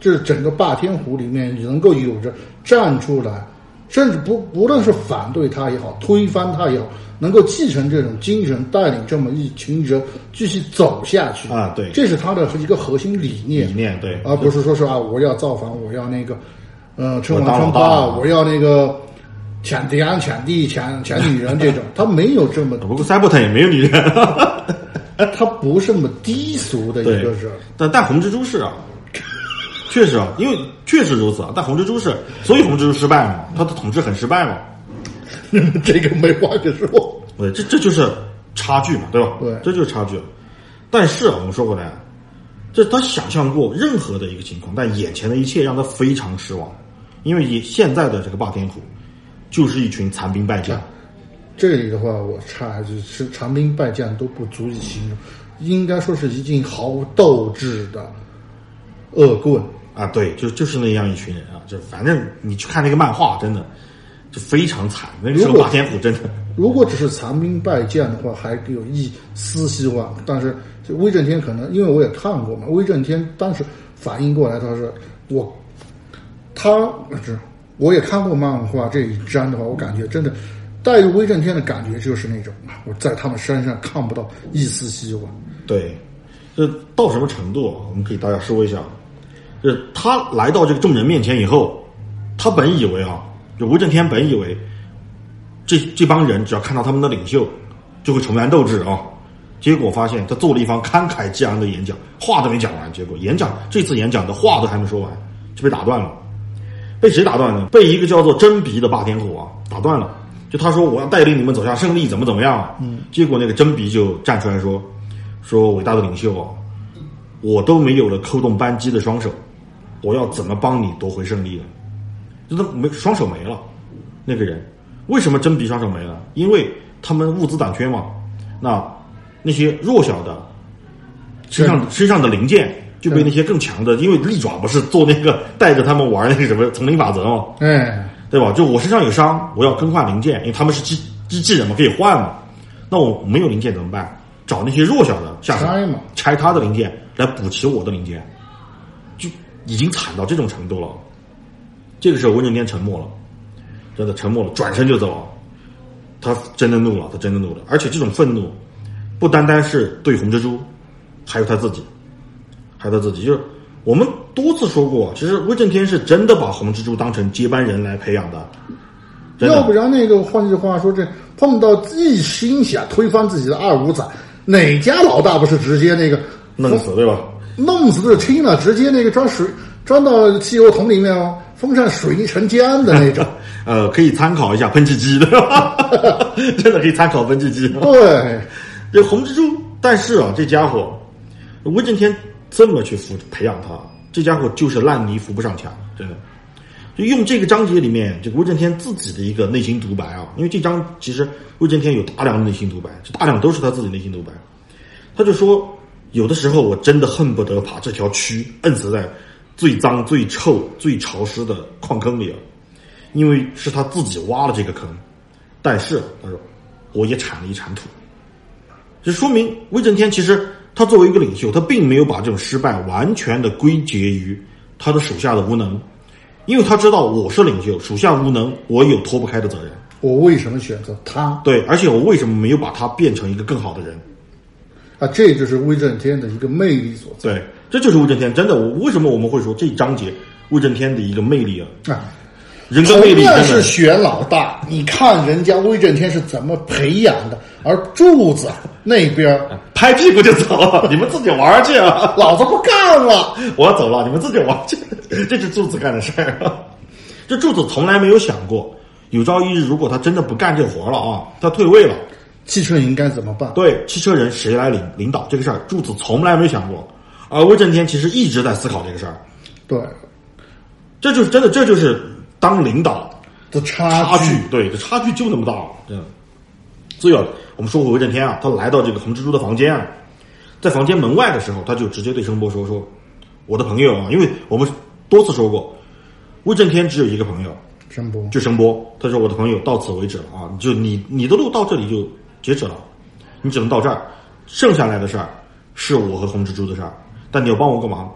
这是整个霸天虎里面能够有着站出来，甚至不无论是反对他也好，推翻他也好，能够继承这种精神，带领这么一群人继续走下去啊，对， 这是他的一个核心理念。 理念对， 而不是说是啊，我要造反，我要那个，呃，称王称霸，我要那个抢天抢地抢抢女人这种，他没有这么。 不过赛博坦也没有女人， 他不是那么低俗的一个人。 但但红蜘蛛是啊。确实啊，因为确实如此啊，但红蜘蛛是，所以红蜘蛛失败嘛，他的统治很失败嘛， 这个没话可说。 对，这这就是差距嘛，对吧？ 对， 这就是差距。但是啊，我们说回来，这他想象过任何的一个情况，但眼前的一切让他非常失望，因为以现在的这个霸天虎，就是一群残兵败将。 这里的话，我插一句，是残兵败将都不足以形容，应该说是一群毫无斗志的恶棍。 啊，对，就就是那样一群人啊，就反正你去看那个漫画，真的就非常惨。那个时候霸天虎真的， 如果只是残兵败将的话，还有一丝希望。但是威震天可能，因为我也看过嘛，威震天当时反应过来，他是我，他是我也看过漫画这一章的话，我感觉真的带入威震天的感觉就是那种我在他们身上看不到一丝希望。 对，这到什么程度啊？我们可以大家说一下。就是他来到这个众人面前以后，他本以为啊，就威震天本以为这这帮人只要看到他们的领袖就会重燃斗志啊，结果发现他做了一番慷慨激昂的演讲，话都没讲完，结果演讲这次演讲的话都还没说完就被打断了。被谁打断呢？被一个叫做真鼻的霸天虎啊打断了。就他说我要带领你们走向胜利，怎么怎么样啊？嗯，结果那个真鼻就站出来说说伟大的领袖啊，我都没有了扣动扳机的双手，我要怎么帮你夺回胜利呢？就他没双手没了，那个人为什么真鼻双手没了？因为他们物资短缺嘛。那那些弱小的身上身上的零件就被那些更强的，因为利爪不是做那个带着他们玩那个什么丛林法则嘛， 哎， 对吧？就我身上有伤，我要更换零件，因为他们是机机器人嘛，可以换嘛。那我没有零件怎么办？找那些弱小的下手， 拆嘛， 拆他的零件来补齐我的零件，就已经惨到这种程度了。这个时候，威震天沉默了，真的沉默了，转身就走。他真的怒了，他真的怒了，而且这种愤怒不单单是对红蜘蛛，还有他自己，还有他自己。就是我们多次说过，其实威震天是真的把红蜘蛛当成接班人来培养的。 要不然那个换句话说，这碰到一心想推翻自己的二五仔，哪家老大不是直接那个弄死，对吧？ 弄死就轻了，直接那个装水装到汽油桶里面哦，风扇水成浆的那种。 呃，可以参考一下喷气机的，真的可以参考喷气机。 对， 这红蜘蛛，但是啊，这家伙威震天这么去扶培养他，这家伙就是烂泥扶不上墙，真的。就用这个章节里面，这个威震天自己的一个内心独白啊，因为这章其实威震天有大量的内心独白，这大量都是他自己内心独白。他就说，有的时候我真的恨不得把这条蛆摁死在最脏、最臭、最潮湿的矿坑里啊，因为是他自己挖了这个坑。但是他说，我也铲了一铲土。这说明威震天其实他作为一个领袖，他并没有把这种失败完全的归结于他的属下的无能。因为他知道我是领袖，属下无能，我有脱不开的责任。 我为什么选择他？ 对，而且我为什么没有把他变成一个更好的人？ 啊，这就是威震天的一个魅力所在。 对，这就是威震天真的。我为什么我们会说这一章节威震天的一个魅力啊？ 啊， 人格魅力。 同样是选老大，你看人家威震天是怎么培养的，而柱子那边拍屁股就走了，你们自己玩去啊！ 老子不干了， 我要走了，你们自己玩去。这是柱子干的事儿啊！这柱子从来没有想过，有朝一日如果他真的不干这活了啊，他退位了， 汽车应该怎么办？ 对，汽车人谁来领领导这个事儿，柱子从来没想过。而威震天其实一直在思考这个事儿。 对， 这就是真的，这就是当领导的差差距。对，这差距就那么大，真的。所以啊，我们说回威震天啊，他来到这个红蜘蛛的房间啊，在房间门外的时候，他就直接对声波说：“说我的朋友啊，因为我们多次说过，威震天只有一个朋友， 声波， 就声波。他说我的朋友到此为止了啊，就你你的路到这里就截止了，你只能到这儿，剩下来的事儿是我和红蜘蛛的事儿。但你要帮我个忙，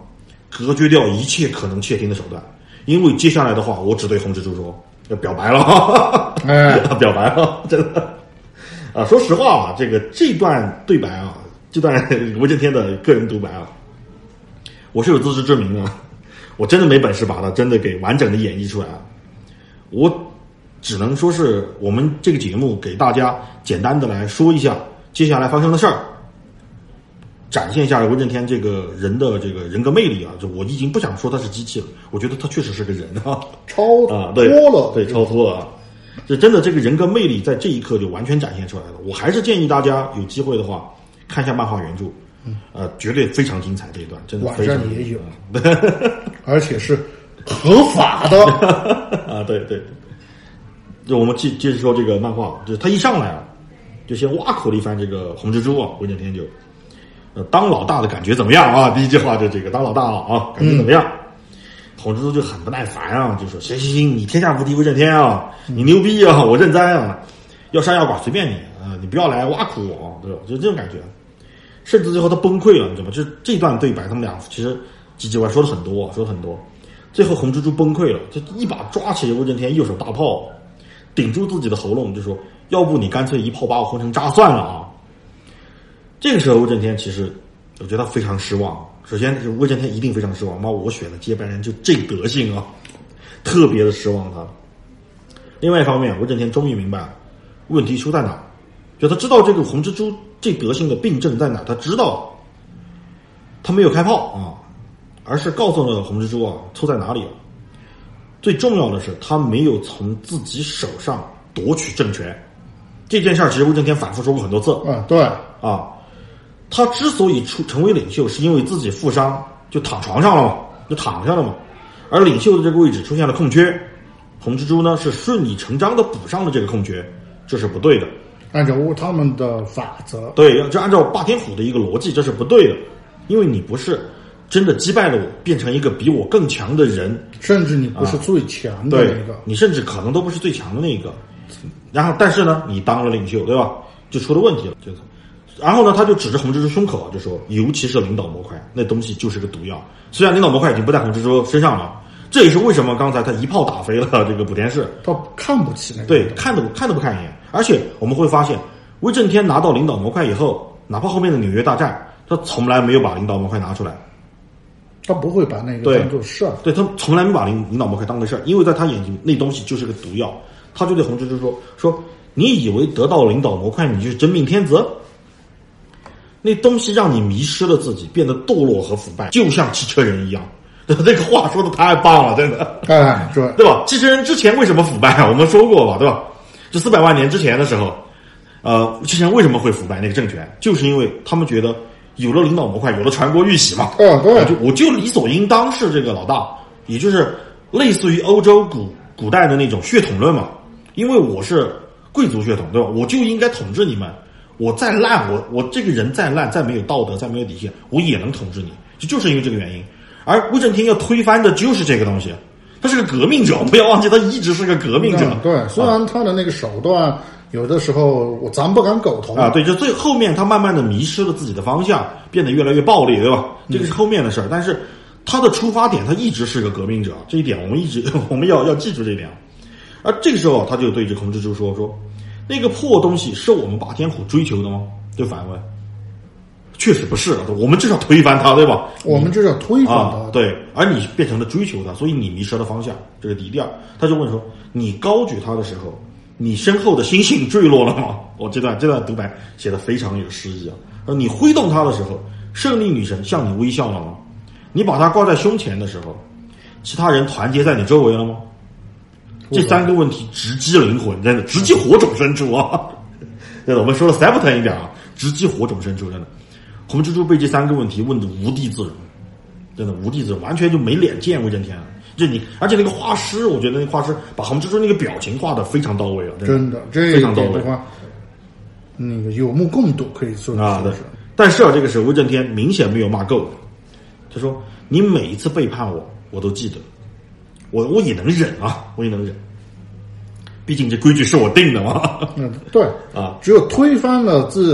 隔绝掉一切可能窃听的手段，因为接下来的话，我只对红蜘蛛说，要表白了，哎，表白了，真的。啊，说实话啊，这个这段对白啊，这段威震天的个人独白啊，我是有自知之明的，我真的没本事把它真的给完整的演绎出来啊，我只能说是我们这个节目给大家简单的来说一下接下来发生的事儿。展现一下威震天这个人的这个人格魅力啊！就我已经不想说他是机器了，我觉得他确实是个人啊， 超啊，对， 脱了， 对，超脱了啊！这真的这个人格魅力在这一刻就完全展现出来了。我还是建议大家有机会的话看一下漫画原著，嗯，呃，绝对非常精彩这一段，真的非常网上也有，而且是合法的啊！对对，就我们接接着说这个漫画，就是他一上来啊，就先挖苦了一番这个红蜘蛛啊，威震天就。呃，当老大的感觉怎么样啊？第一句话就这个当老大了啊，感觉怎么样？嗯、红蜘蛛就很不耐烦啊，就说行行行，你天下无敌威震天啊，你牛逼啊，我认栽啊，要杀要剐随便你啊，你不要来挖苦我，对吧？就这种感觉。甚至最后他崩溃了，你知道吗？就这段对白，他们俩其实唧唧歪说了很多，说了很多。最后红蜘蛛崩溃了，就一把抓起威震天右手大炮，顶住自己的喉咙，就说：“要不你干脆一炮把我轰成渣算了啊！”这个时候，威震天其实我觉得他非常失望。首先，是威震天一定非常失望，妈，我选的接班人就这德性啊，特别的失望他。另外一方面，威震天终于明白了问题出在哪，就他知道这个红蜘蛛这德性的病症在哪，他知道他没有开炮啊，而是告诉了红蜘蛛啊错在哪里了。最重要的是，他没有从自己手上夺取政权。这件事儿其实威震天反复说过很多次。 嗯，对啊，他之所以出成为领袖，是因为自己负伤就躺床上了嘛，就躺下了嘛。而领袖的这个位置出现了空缺，红蜘蛛呢是顺理成章的补上了这个空缺，这是不对的。 按照他们的法则， 对，就按照霸天虎的一个逻辑，这是不对的，因为你不是真的击败了我，变成一个比我更强的人， 甚至你不是最强的那个， 啊、你甚至可能都不是最强的那个。然后，但是呢，你当了领袖，对吧？就出了问题了，就是。然后呢，他就指着红蜘蛛胸口，就说：“尤其是领导模块，那东西就是个毒药。虽然领导模块已经不在红蜘蛛身上了，这也是为什么刚才他一炮打飞了这个补天士。 他看不起那个， 对，看都看都不看一眼。而且我们会发现，威震天拿到领导模块以后，哪怕后面的纽约大战，他从来没有把领导模块拿出来。 他不会把那个当做事儿， 对他从来没把领领导模块当回事儿，因为在他眼睛那东西就是个毒药。他就对红蜘蛛说：“说你以为得到领导模块你就是真命天子？那东西让你迷失了自己，变得堕落和腐败，就像汽车人一样。”这个话说的太棒了，真的， 哎，对对吧？汽车人之前为什么腐败啊？我们说过吧，对吧？就四百万年之前的时候，呃，汽车人为什么会腐败？那个政权就是因为他们觉得有了领导模块，有了传国玉玺嘛， 哦，对， 我就我就理所应当是这个老大，也就是类似于欧洲古古代的那种血统论嘛。因为我是贵族血统，对吧？我就应该统治你们。我再烂，我我这个人再烂，再没有道德，再没有底线，我也能统治你。就就是因为这个原因。而威震天要推翻的就是这个东西，他是个革命者，不要忘记他一直是个革命者。 嗯、对，虽然他的那个手段、啊、有的时候我咱不敢苟同啊，对，就最后面他慢慢的迷失了自己的方向，变得越来越暴力，对吧？这个是后面的事儿，嗯、但是他的出发点他一直是个革命者，这一点我们一直我们要要记住这一点。而这个时候他就对这红蜘蛛说说，那个破东西是我们霸天虎追求的吗？就反问，确实不是，我们至少推翻它，对吧？ 我们至少推翻它、 啊，对，而你变成了追求它，所以你迷失了方向，这是第一。第二，他就问说，你高举它的时候，你身后的星星坠落了吗？我、哦、这段这段独白写的非常有诗意啊。而你挥动它的时候，胜利女神向你微笑了吗？你把它挂在胸前的时候，其他人团结在你周围了吗？这三个问题直击灵魂，真的直击火种深处啊！对的，我们说的 Septon 一点啊，直击火种深处，真的。红蜘蛛被这三个问题问得无地自容，真的无地自容，完全就没脸见威震天了。就你，而且那个画师，我觉得那个画师把红蜘蛛那个表情画得非常到位了， 真的，这非常到位。 那个有目共睹，可以说啊，对。但是啊，这个时候威震天明显没有骂够，他说：“你每一次背叛我，我都记得。”我我也能忍啊，我也能忍，毕竟这规矩是我定的嘛。 嗯，对啊， 只有推翻了自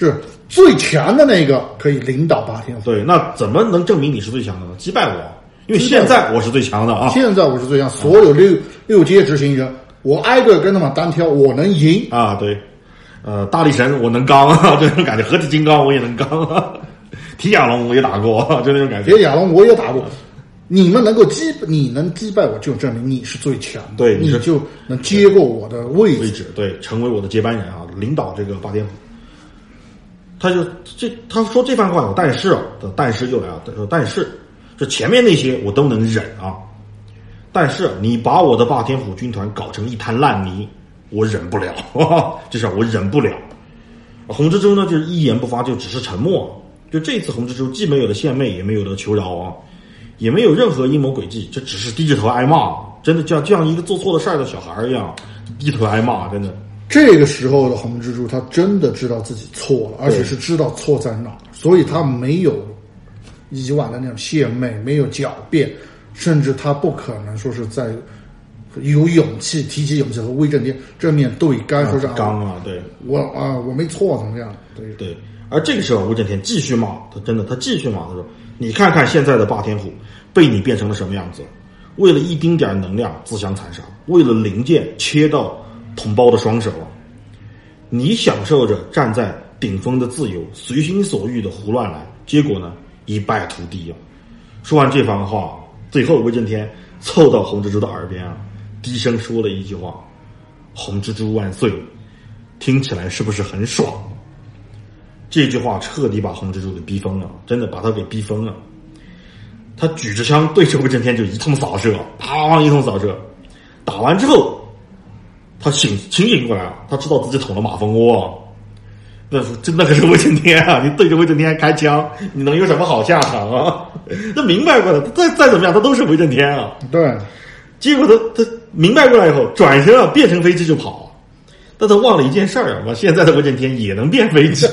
是最强的那个可以领导八天。 对，那怎么能证明你是最强的呢？击败我，因为现在我是最强的啊！ 现在我是最强，所有六、啊、六阶执行人，我挨个跟他们单挑，我能赢啊！对，呃，大力神我能刚啊，这种感觉；合体金刚我也能刚啊，铁甲龙我也打过，就那种感觉。 铁甲龙我也打过。你们能够击，你能击败我，就证明你是最强的， 对， 你就能接过我的位置， 位置对，成为我的接班人啊，领导这个霸天虎。他就这他说这番话有但是啊，但是又来了，他说但是这前面那些我都能忍啊，但是你把我的霸天虎军团搞成一滩烂泥，我忍不了，呵呵这事我忍不了。红蜘蛛呢，就是一言不发，就只是沉默。就这次红蜘蛛既没有了献媚，也没有了求饶啊。也没有任何阴谋诡计，这只是低着头挨骂，真的像这样一个做错了事儿的小孩一样，低头挨骂，真的。 这个时候的红蜘蛛，他真的知道自己错了，而且是知道错在哪儿，所以他没有以往的那种献媚，没有狡辩，甚至他不可能说是在有勇气提起勇气和威震天正面对干，说是刚啊，对， 我啊我没错，怎么样？对对。而这个时候，威震天继续骂他，真的，他继续骂他说：“你看看现在的霸天虎。”被你变成了什么样子？为了一丁点能量自相残杀，为了零件切到同胞的双手啊！你享受着站在顶峰的自由，随心所欲的胡乱来，结果呢，一败涂地啊！说完这番话，最后威震天凑到红蜘蛛的耳边啊，低声说了一句话：“红蜘蛛万岁！”听起来是不是很爽？这句话彻底把红蜘蛛给逼疯了，真的把他给逼疯了。他举着枪对着威震天就一通扫射，啪一通扫射，打完之后，他醒清醒过来了，他知道自己捅了马蜂窝，那真的可是威震天啊！你对着威震天开枪，你能有什么好下场啊？他明白过来，他再再怎么样，他都是威震天啊。 对， 结果他他明白过来以后，转身啊变成飞机就跑，但他忘了一件事儿啊，现在的威震天也能变飞机。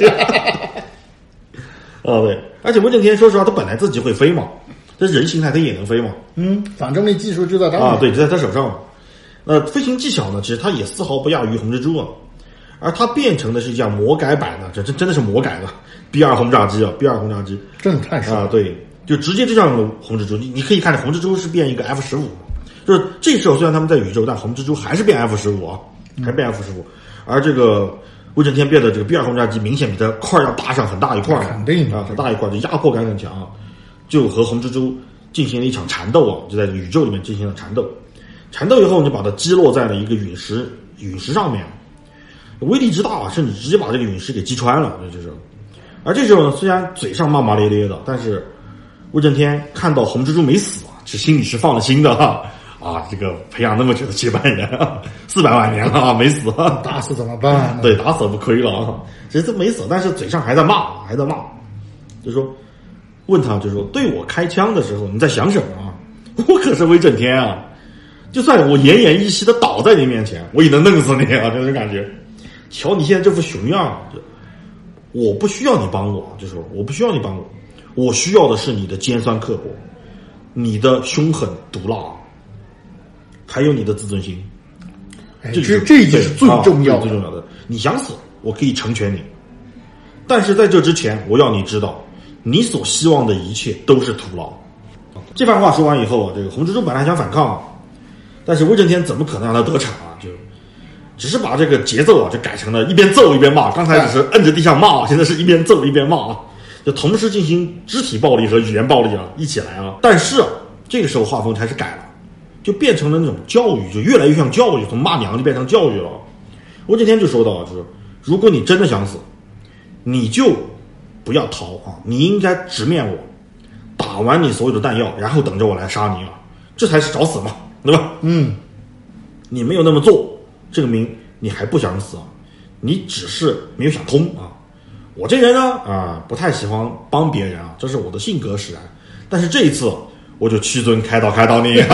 哦对，而且威震天说实话，他本来自己会飞嘛。这人形态它也能飞嘛？ 嗯，反正那技术就在他啊，对，就在他手上。那飞行技巧呢？其实它也丝毫不亚于红蜘蛛啊。而它变成的是一架魔改版的，这这真的是魔改的 B 二 轰炸机啊 ，B 二 轰炸机， 真的太爽啊！对，就直接就这样的红蜘蛛，你你可以看着红蜘蛛是变一个 F 十五，就是这时候虽然他们在宇宙，但红蜘蛛还是变 F 十五啊，还变 F 十五。而这个威震天变的这个 B 二 轰炸机，明显比它块要大上很大一块， 肯定啊，很大一块，就压迫感很强啊。就和红蜘蛛进行了一场缠斗啊，就在宇宙里面进行了缠斗。缠斗以后，就把它击落在了一个陨石陨石上面，威力之大，甚至直接把这个陨石给击穿了。这就是，而这时候呢，虽然嘴上骂骂咧咧的，但是威震天看到红蜘蛛没死啊，这心里是放了心的哈。啊，这个培养那么久的接班人，四百万年了啊，没死， 打死怎么办？ 对，打死不亏了啊，其实没死，但是嘴上还在骂，还在骂，就说。问他就说对我开枪的时候你在想什么啊？我可是威震天啊，就算我奄奄一息的倒在你面前，我也能弄死你啊！这种感觉。瞧你现在这副熊样，我不需要你帮我，就说我不需要你帮我，我需要的是你的尖酸刻薄，你的凶狠毒辣，还有你的自尊心。 哎、这这这就是最重要的、 啊、最重要的。你想死，我可以成全你，但是在这之前，我要你知道。你所希望的一切都是徒劳。这番话说完以后啊，这个红蜘蛛本来想反抗，但是威震天怎么可能让他得逞啊？就只是把这个节奏啊，就改成了一边揍一边骂。刚才只是摁着地上骂，现在是一边揍一边骂，就同时进行肢体暴力和语言暴力啊，一起来啊。但是啊，这个时候画风开始改了，就变成了那种教育，就越来越像教育，从骂娘就变成教育了。威震天就说到，就是如果你真的想死，你就。不要逃啊！你应该直面我，打完你所有的弹药，然后等着我来杀你啊！这才是找死嘛，对吧？ 嗯， 你没有那么做，证明你还不想死啊！你只是没有想通啊！我这人呢啊，不太喜欢帮别人啊，这是我的性格使然。但是这一次，我就屈尊开导开导你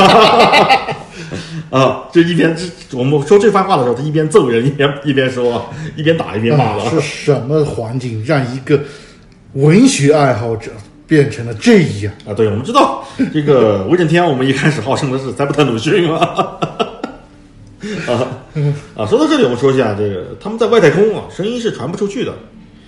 啊！就一边我们说这番话的时候，他一边揍人，一边一边说，一边打一边骂了、 啊。是什么环境让一个？文学爱好者变成了这样啊！对，我们知道这个威震天，我们一开始号称的是塞伯特鲁逊啊啊啊！说到这里，我们说一下这个他们在外太空啊，声音是传不出去的，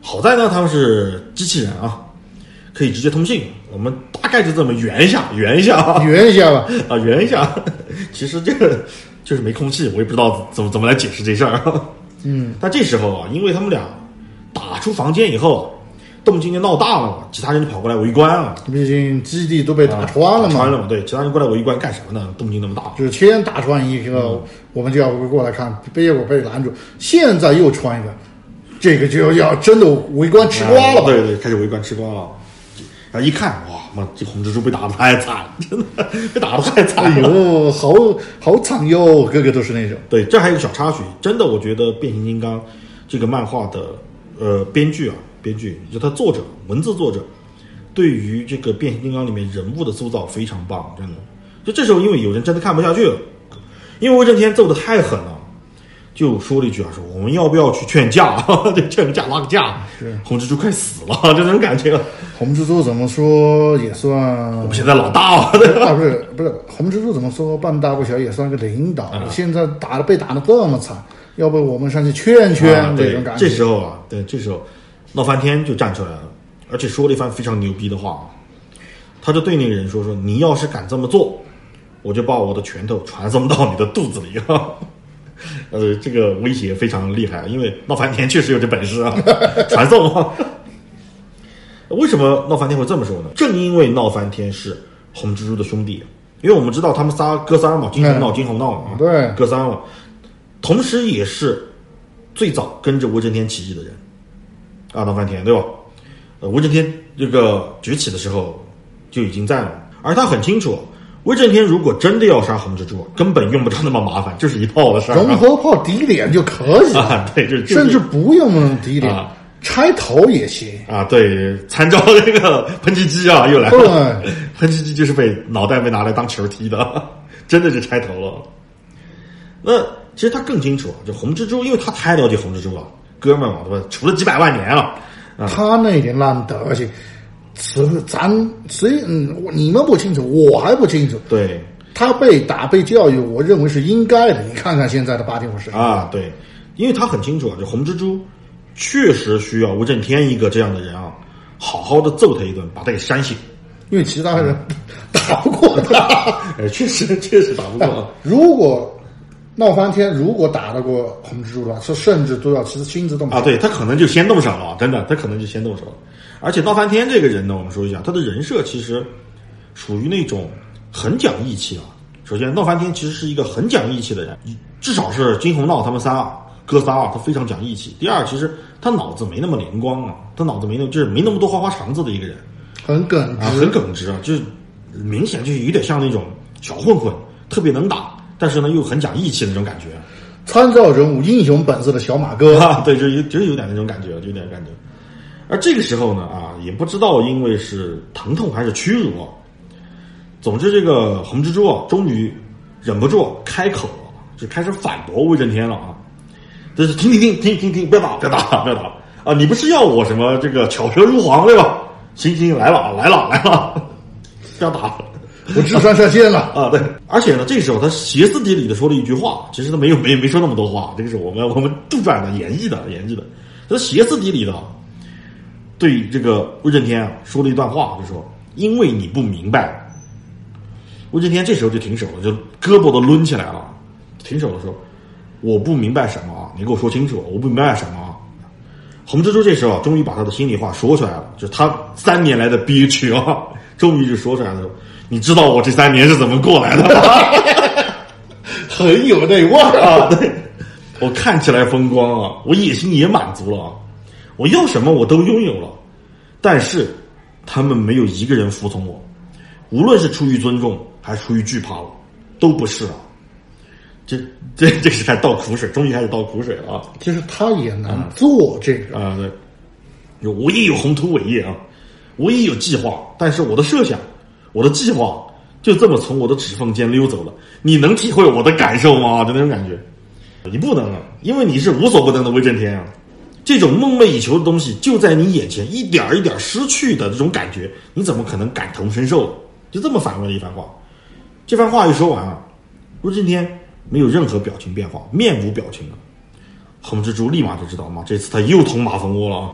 好在呢，他们是机器人啊，可以直接通信。我们大概就这么圆一下，圆一下啊， 圆一下吧， 啊，圆一下。其实这个就是没空气，我也不知道怎么怎么来解释这事儿。 嗯， 但这时候啊，因为他们俩打出房间以后，动静就闹大了嘛，其他人就跑过来围观啊。 毕竟基地都被打穿了嘛， 啊、穿了嘛，对，其他人过来围观干什么呢？动静那么大， 就是先打穿一个，嗯、我们就要过来看，结果被拦住，现在又穿一个，这个就要真的围观吃瓜了吧？ 啊、对对，开始围观吃瓜了。然后一看，哇，妈，这红蜘蛛被打得太惨了，真的被打得太惨了。 哎呦，好好惨哟，个个都是那种。 对，这还有个小插曲，真的，我觉得变形金刚这个漫画的呃编剧啊，编剧就他作者文字作者，对于这个变形金刚里面人物的塑造非常棒，真的。就这时候，因为有人真的看不下去了，因为威震天揍得太狠了。就说了一句啊，说我们要不要去劝架？对，劝个架，拉个架。 是红蜘蛛快死了，就这种感觉。 红蜘蛛怎么说也算我们现在老大了， 啊，不是不是，红蜘蛛怎么说半大不小也算个领导。 嗯、 现在打的被打的这么惨，要不我们上去劝劝、 啊、 这种感觉。 这时候啊，对，这时候闹翻天就站出来了，而且说了一番非常牛逼的话。他就对那个人说：“说你要是敢这么做，我就把我的拳头传送到你的肚子里。”呃，这个威胁非常厉害，因为闹翻天确实有这本事啊，传送啊。为什么闹翻天会这么说呢？正因为闹翻天是红蜘蛛的兄弟，因为我们知道他们仨哥仨嘛，金红闹、金红闹啊， 对， 哥仨嘛，同时也是最早跟着威震天起义的人啊，闹翻天对吧？呃，威震天这个崛起的时候就已经在了，而他很清楚。威震天如果真的要杀红蜘蛛，根本用不着那么麻烦，这是一套的事儿、啊。 融合炮抵脸就可以了， 啊、对，就甚至不用抵脸， 啊、 拆头也行啊。对，参照这个喷气机啊，又来了。喷气机就是被脑袋被拿来当球踢的，真的是拆头了。那其实他更清楚，就红蜘蛛，因为他太了解红蜘蛛了，哥们嘛，对吧？处了几百万年了， 啊、他那点烂德行。此咱谁嗯，你们不清楚，我还不清楚。 对， 他被打被教育，我认为是应该的。你看看现在的八天武士啊，对，因为他很清楚啊，这红蜘蛛确实需要威震天一个这样的人啊，好好的揍他一顿，把他给扇醒。 因为其他人打不过他， 哎，确实确实打不过、啊。 如果闹翻天，如果打得过红蜘蛛的话，是甚至都要其实亲自动手啊，对他可能就先动手了，真的，他可能就先动手了。而且闹翻天这个人呢，我们说一下，他的人设其实属于那种很讲义气啊。首先，闹翻天其实是一个很讲义气的人，至少是金红闹他们仨哥仨啊，他非常讲义气。第二，其实他脑子没那么灵光啊，他脑子没那么就是没那么多花花肠子的一个人， 很耿直， 啊、很耿直啊，就是明显就有点像那种小混混，特别能打，但是呢又很讲义气的那种感觉。 参照人物英雄本色的小马哥啊，对，就有就是有点那种感觉，就有点感觉。而这个时候呢，啊，也不知道因为是疼痛还是屈辱，总之这个红蜘蛛啊，终于忍不住开口了，就开始反驳威震天了啊！就是停停停停停停，不要打，不要打，不要打啊！你不是要我什么这个巧舌如簧对吧？行行，来了来了来了，不要打， 我智商上线了啊！对，而且呢，这个时候他歇斯底里的说了一句话，其实他没有没没说那么多话，这个是我们我们杜撰的演绎的演绎的，他歇斯底里的。对这个威震天啊说了一段话，就说因为你不明白。威震天这时候就停手了，就胳膊都抡起来了，停手了说我不明白什么啊，你给我说清楚，我不明白什么啊。红蜘蛛这时候终于把他的心里话说出来了，就是他三年来的憋屈啊，终于就说出来了，你知道我这三年是怎么过来的吗？ 很有那味儿啊，对，我看起来风光啊，我野心也满足了啊，我要什么我都拥有了，但是他们没有一个人服从我，无论是出于尊重还是出于惧怕我，都不是啊。这这这是开始倒苦水，终于开始倒苦水了啊！ 其实他也能做这个啊，对，我也有宏图伟业啊，我也有计划，但是我的设想，我的计划就这么从我的指缝间溜走了，你能体会我的感受吗？就那种感觉，你不能啊，因为你是无所不能的威震天啊。这种梦寐以求的东西就在你眼前一点一点失去的这种感觉，你怎么可能感同身受？就这么反问了一番话。这番话一说完啊，威震天没有任何表情变化，面无表情了。红蜘蛛立马就知道嘛，这次他又捅马蜂窝了啊！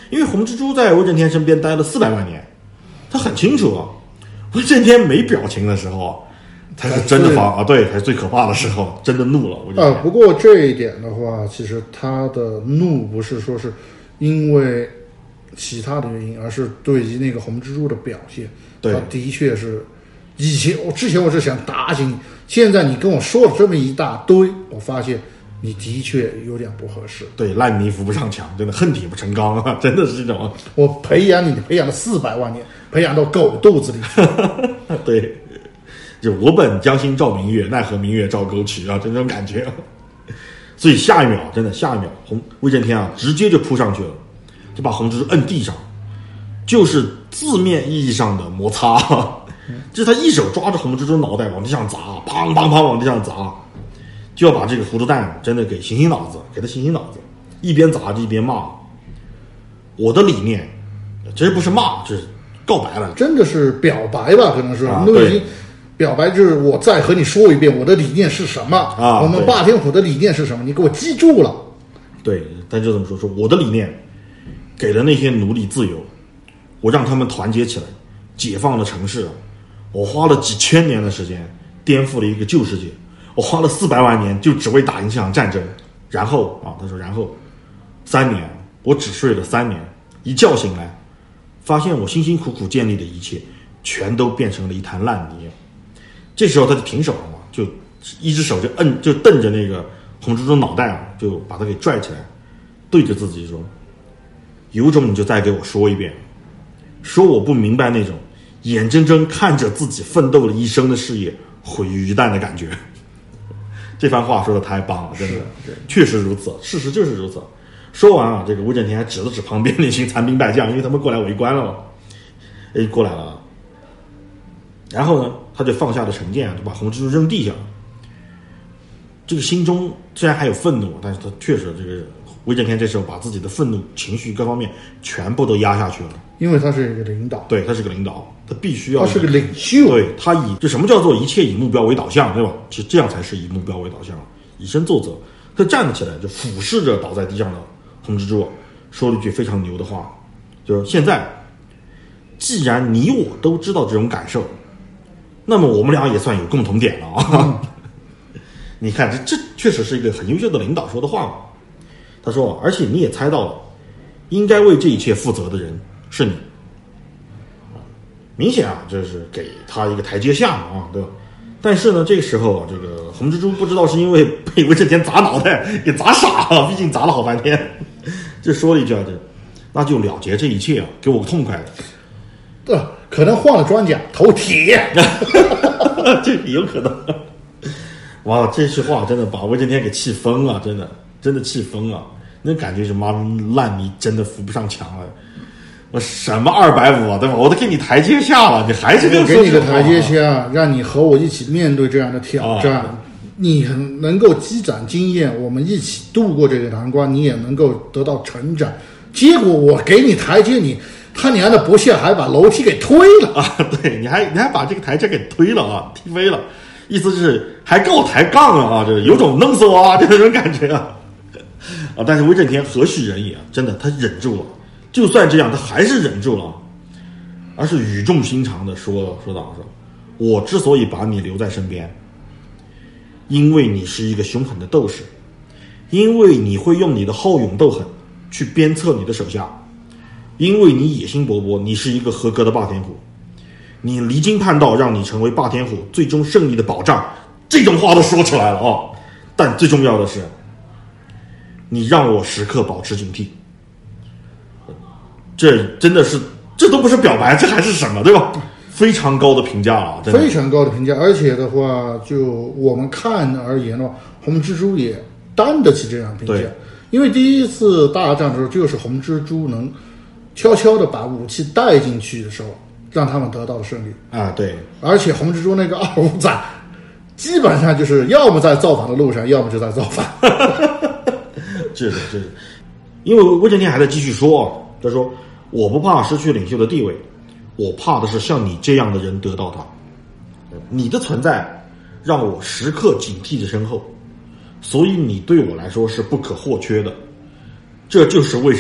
因为红蜘蛛在威震天身边待了四百万年，他很清楚啊，威震天没表情的时候才是真的发啊，对，才是最可怕的时候，真的怒了。 啊、呃，不过这一点的话，其实他的怒不是说是因为其他的原因，而是对于那个红蜘蛛的表现， 对， 他的确是。以前我之前我是想打醒你，现在你跟我说了这么一大堆，我发现你的确有点不合适。 对，烂泥扶不上墙，真的恨铁不成钢啊，真的是这种。 我培养你，培养了四百万年，培养到狗肚子里去。 对，就我本将心照明月，奈何明月照沟渠啊，这种感觉。所以下一秒，真的下一秒，红威震天啊，直接就扑上去了，就把红蜘蛛摁地上，就是字面意义上的摩擦。就是他一手抓着红蜘蛛脑袋往地上砸，砰砰砰往地上砸，就要把这个糊涂蛋真的给醒醒脑子，给他醒醒脑子。一边砸着一边骂，我的理念，其实不是骂，就是告白了， 真的是表白吧？可能是， 啊、 因为已经表白就是我再和你说一遍我的理念是什么啊？ 我们霸天虎的理念是什么？你给我记住了。 对，他就这么说，说我的理念给了那些奴隶自由，我让他们团结起来，解放了城市。我花了几千年的时间颠覆了一个旧世界，我花了四百万年就只为打赢这场战争。然后啊，他说，然后三年我只睡了三年，一觉醒来，发现我辛辛苦苦建立的一切全都变成了一滩烂泥。这时候他就停手了嘛，就一只手就摁就瞪着那个红蜘蛛脑袋啊，就把他给拽起来，对着自己说：“有种你就再给我说一遍，说我不明白那种。”眼睁睁看着自己奋斗了一生的事业毁于一旦的感觉。这番话说的太棒了，真的，确实如此，事实就是如此。说完啊，这个威震天还指了指旁边那群残兵败将，因为他们过来围观了嘛，哎，过来了。然后呢，他就放下了成剑，就把红蜘蛛扔地下了。这个心中虽然还有愤怒，但是他确实这个威震天这时候把自己的愤怒、情绪各方面全部都压下去了。 因为他是一个领导， 对，他是个领导，他必须要， 他是个领袖， 对，他以这什么叫做一切以目标为导向，对吧？其实这样才是以目标为导向，以身作则。他站了起来，就俯视着倒在地上的红蜘蛛，说了一句非常牛的话，就是现在，既然你我都知道这种感受，那么我们俩也算有共同点了啊。嗯、你看，这这确实是一个很优秀的领导说的话嘛。他说，而且你也猜到了，应该为这一切负责的人是你。明显啊，这是给他一个台阶下嘛，啊，对吧？但是呢，这个时候啊，这个红蜘蛛不知道是因为被威震天砸脑袋给砸傻了，毕竟砸了好半天，就说了一句啊，这那就了结这一切啊，给我个痛快的。 对，可能换了装甲头铁， 这有可能。哇，这句话真的把威震天给气疯了，真的，真的气疯了。那感觉是妈烂泥真的扶不上墙了。我什么二百五啊，对吧？我都给你台阶下了，你还是跟我给你个台阶下，让你和我一起面对这样的挑战。啊、你很能够积攒经验，我们一起度过这个难关，你也能够得到成长。结果我给你台阶，你他娘的不下，还把楼梯给推了啊！对，你还你还把这个台阶给推了啊，踢飞了，意思是还跟我抬杠了啊，这有种弄死我啊，这种感觉啊！啊，但是威震天何许人也啊，真的他忍住了。就算这样，他还是忍住了，而是语重心长的说说道：“说，我之所以把你留在身边，因为你是一个凶狠的斗士，因为你会用你的好勇斗狠去鞭策你的手下，因为你野心勃勃，你是一个合格的霸天虎，你离经叛道，让你成为霸天虎最终胜利的保障。”这种话都说出来了啊！但最重要的是，你让我时刻保持警惕。这真的是，这都不是表白，这还是什么，对吧？非常高的评价了，真的非常高的评价。而且的话，就我们看而言的话，红蜘蛛也担得起这样评价。因为第一次大战的时候，就是红蜘蛛能悄悄的把武器带进去的时候，让他们得到了胜利啊。对， 而且红蜘蛛那个二五仔，基本上就是要么在造反的路上，要么就在造反。 是的，是的。因为威震天还在继续说，他说。我不怕失去领袖的地位，我怕的是像你这样的人得到它。你的存在让我时刻警惕着身后，所以你对我来说是不可或缺的。这就是为什么我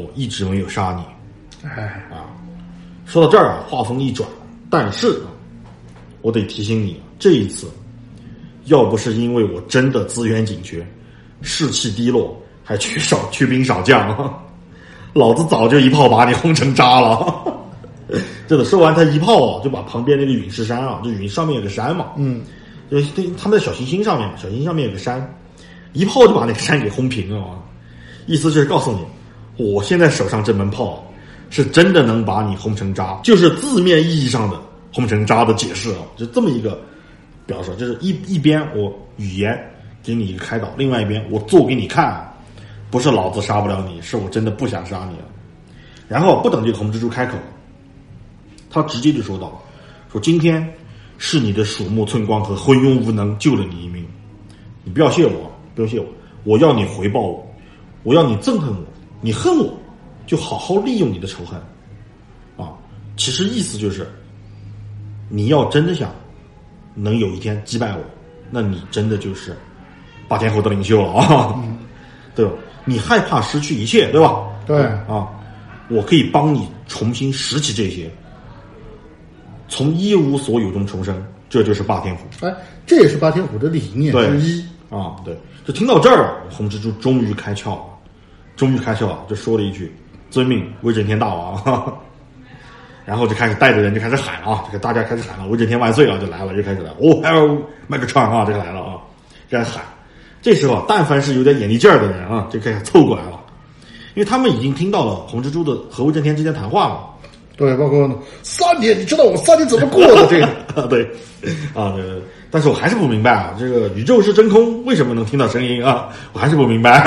一直没有杀你。 哎啊，说到这儿啊，话锋一转，但是啊，我得提醒你，这一次要不是因为我真的资源紧缺，士气低落，还缺少缺兵少将，老子早就一炮把你轰成渣了。真的，说完他一炮啊，就把旁边那个陨石山啊，就陨上面有个山嘛， 嗯， 就他们在小行星上面嘛，小行星上面有个山，一炮就把那个山给轰平了啊。意思就是告诉你，我现在手上这门炮是真的能把你轰成渣，就是字面意义上的轰成渣的解释啊，就这么一个表述，就是一一边我语言给你一个开导，另外一边我做给你看，不是老子杀不了你，是我真的不想杀你了。然后不等这个红蜘蛛开口，他直接就说道，说今天是你的鼠目寸光和昏庸无能救了你一命，你不要谢我，不要谢我，我要你回报我，我要你憎恨我，你恨我就好好利用你的仇恨啊。其实意思就是你要真的想能有一天击败我，那你真的就是霸天虎的领袖了啊，嗯、对吧？你害怕失去一切，对吧？ 对啊，我可以帮你重新拾起这些，从一无所有中重生，这就是霸天虎。 哎，这也是霸天虎的理念之一啊。对，就听到这儿，红蜘蛛终于开窍了，终于开窍了，就说了一句：“遵命，威震天大王。”哈哈，然后就开始带着人就开始喊啊，这个大家开始喊了，威震天万岁啊，就来了，就开始来了，哦，还有麦克川啊，这个来了啊，这样喊。这时候，但凡是有点眼力劲儿的人啊，就开始凑过来了，因为他们已经听到了红蜘蛛的和威震天之间谈话了。 对，包括三年，你知道我三年怎么过的？这个对啊，对对，但是我还是不明白啊，这个宇宙是真空，为什么能听到声音啊？我还是不明白。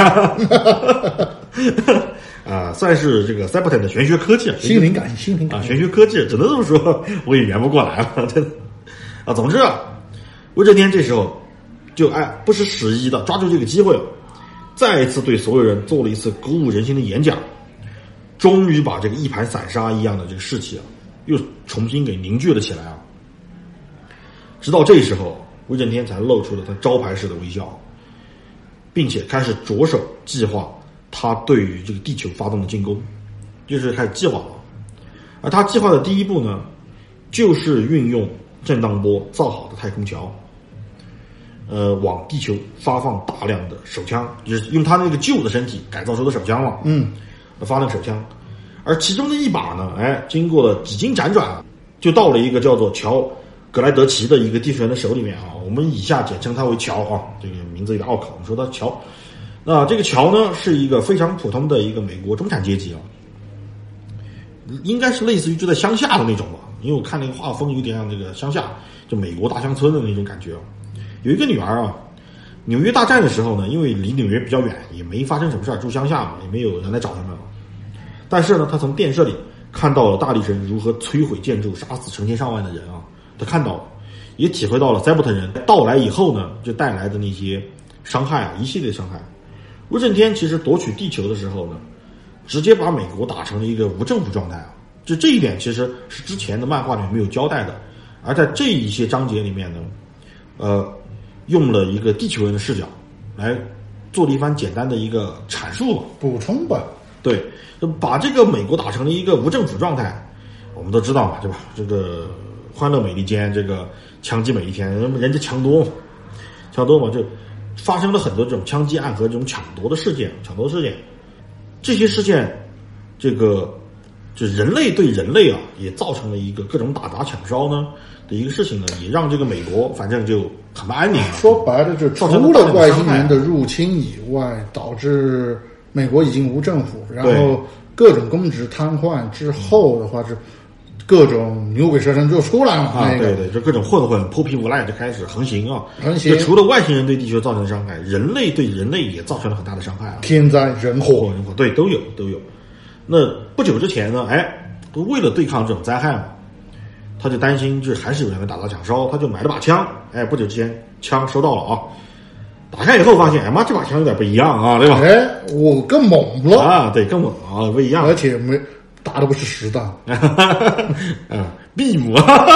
啊，算是这个 Cybertron 的玄学科技， 心灵感应，心灵感应啊，玄学科技只能这么说，我也圆不过来了。真的啊，总之啊，威震天这时候就哎不失时宜的抓住这个机会，再一次对所有人做了一次鼓舞人心的演讲。终于把这个一盘散沙一样的这个士气啊，又重新给凝聚了起来啊！直到这时候，威震天才露出了他招牌式的微笑，并且开始着手计划他对于这个地球发动的进攻，就是开始计划了。而他计划的第一步呢，就是运用震荡波造好的太空桥，呃，往地球发放大量的手枪，就是用他那个旧的身体改造出的手枪嘛， 嗯。 发那个手枪，而其中的一把呢，哎，经过了几经辗转，就到了一个叫做乔格莱德奇的一个地球人的手里面啊。我们以下简称他为乔啊，这个名字有点拗口，我们说他乔。那这个乔呢，是一个非常普通的一个美国中产阶级啊，应该是类似于就在乡下的那种吧，因为我看那个画风有点像这个乡下，就美国大乡村的那种感觉啊。有一个女儿啊。纽约大战的时候呢，因为离纽约比较远，也没发生什么事儿，住乡下嘛，也没有人来找他们。但是呢，他从电视里看到了大力神如何摧毁建筑，杀死成千上万的人啊，他看到了，也体会到了塞伯特人到来以后呢，就带来的那些伤害啊，一系列伤害。威震天其实夺取地球的时候呢，直接把美国打成了一个无政府状态啊，就这一点其实是之前的漫画里面没有交代的，而在这一些章节里面呢，呃。用了一个地球人的视角来做了一番简单的一个阐述嘛， 补充吧。 对，把这个美国打成了一个无政府状态。我们都知道嘛，对吧？这个欢乐美利坚，这个枪击每一天，人家枪多嘛，枪多嘛，就发生了很多这种枪击案和这种抢夺的事件，抢夺事件。这些事件，这个就人类对人类啊，也造成了一个各种打砸抢烧呢的一个事情呢，也让这个美国反正就很不安宁。 说白了，就除了外星人的入侵以外，导致美国已经无政府，然后各种公职瘫痪之后的话，是各种牛鬼蛇神就出来了啊！那个、对对，就各种混混泼皮无赖就开始横行啊！ 横行。 就除了外星人对地球造成伤害，人类对人类也造成了很大的伤害啊！ 天灾人祸， 人祸对都有都有。那不久之前呢，哎，为了对抗这种灾害嘛。他就担心，就是还是有人来打砸抢烧，他就买了把枪。哎，不久之前枪收到了啊，打开以后发现，哎妈，这把枪有点不一样啊，对吧？ 哎，我更猛了啊，对，更猛啊，不一样， 而且没打的不是实弹， 啊，B 姆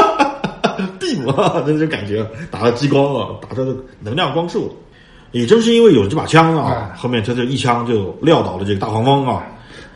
，B 姆，那种感觉，打了激光啊，打出能量光束。也正是因为有这把枪啊，后面他就一枪就撂倒了这个大黄蜂啊。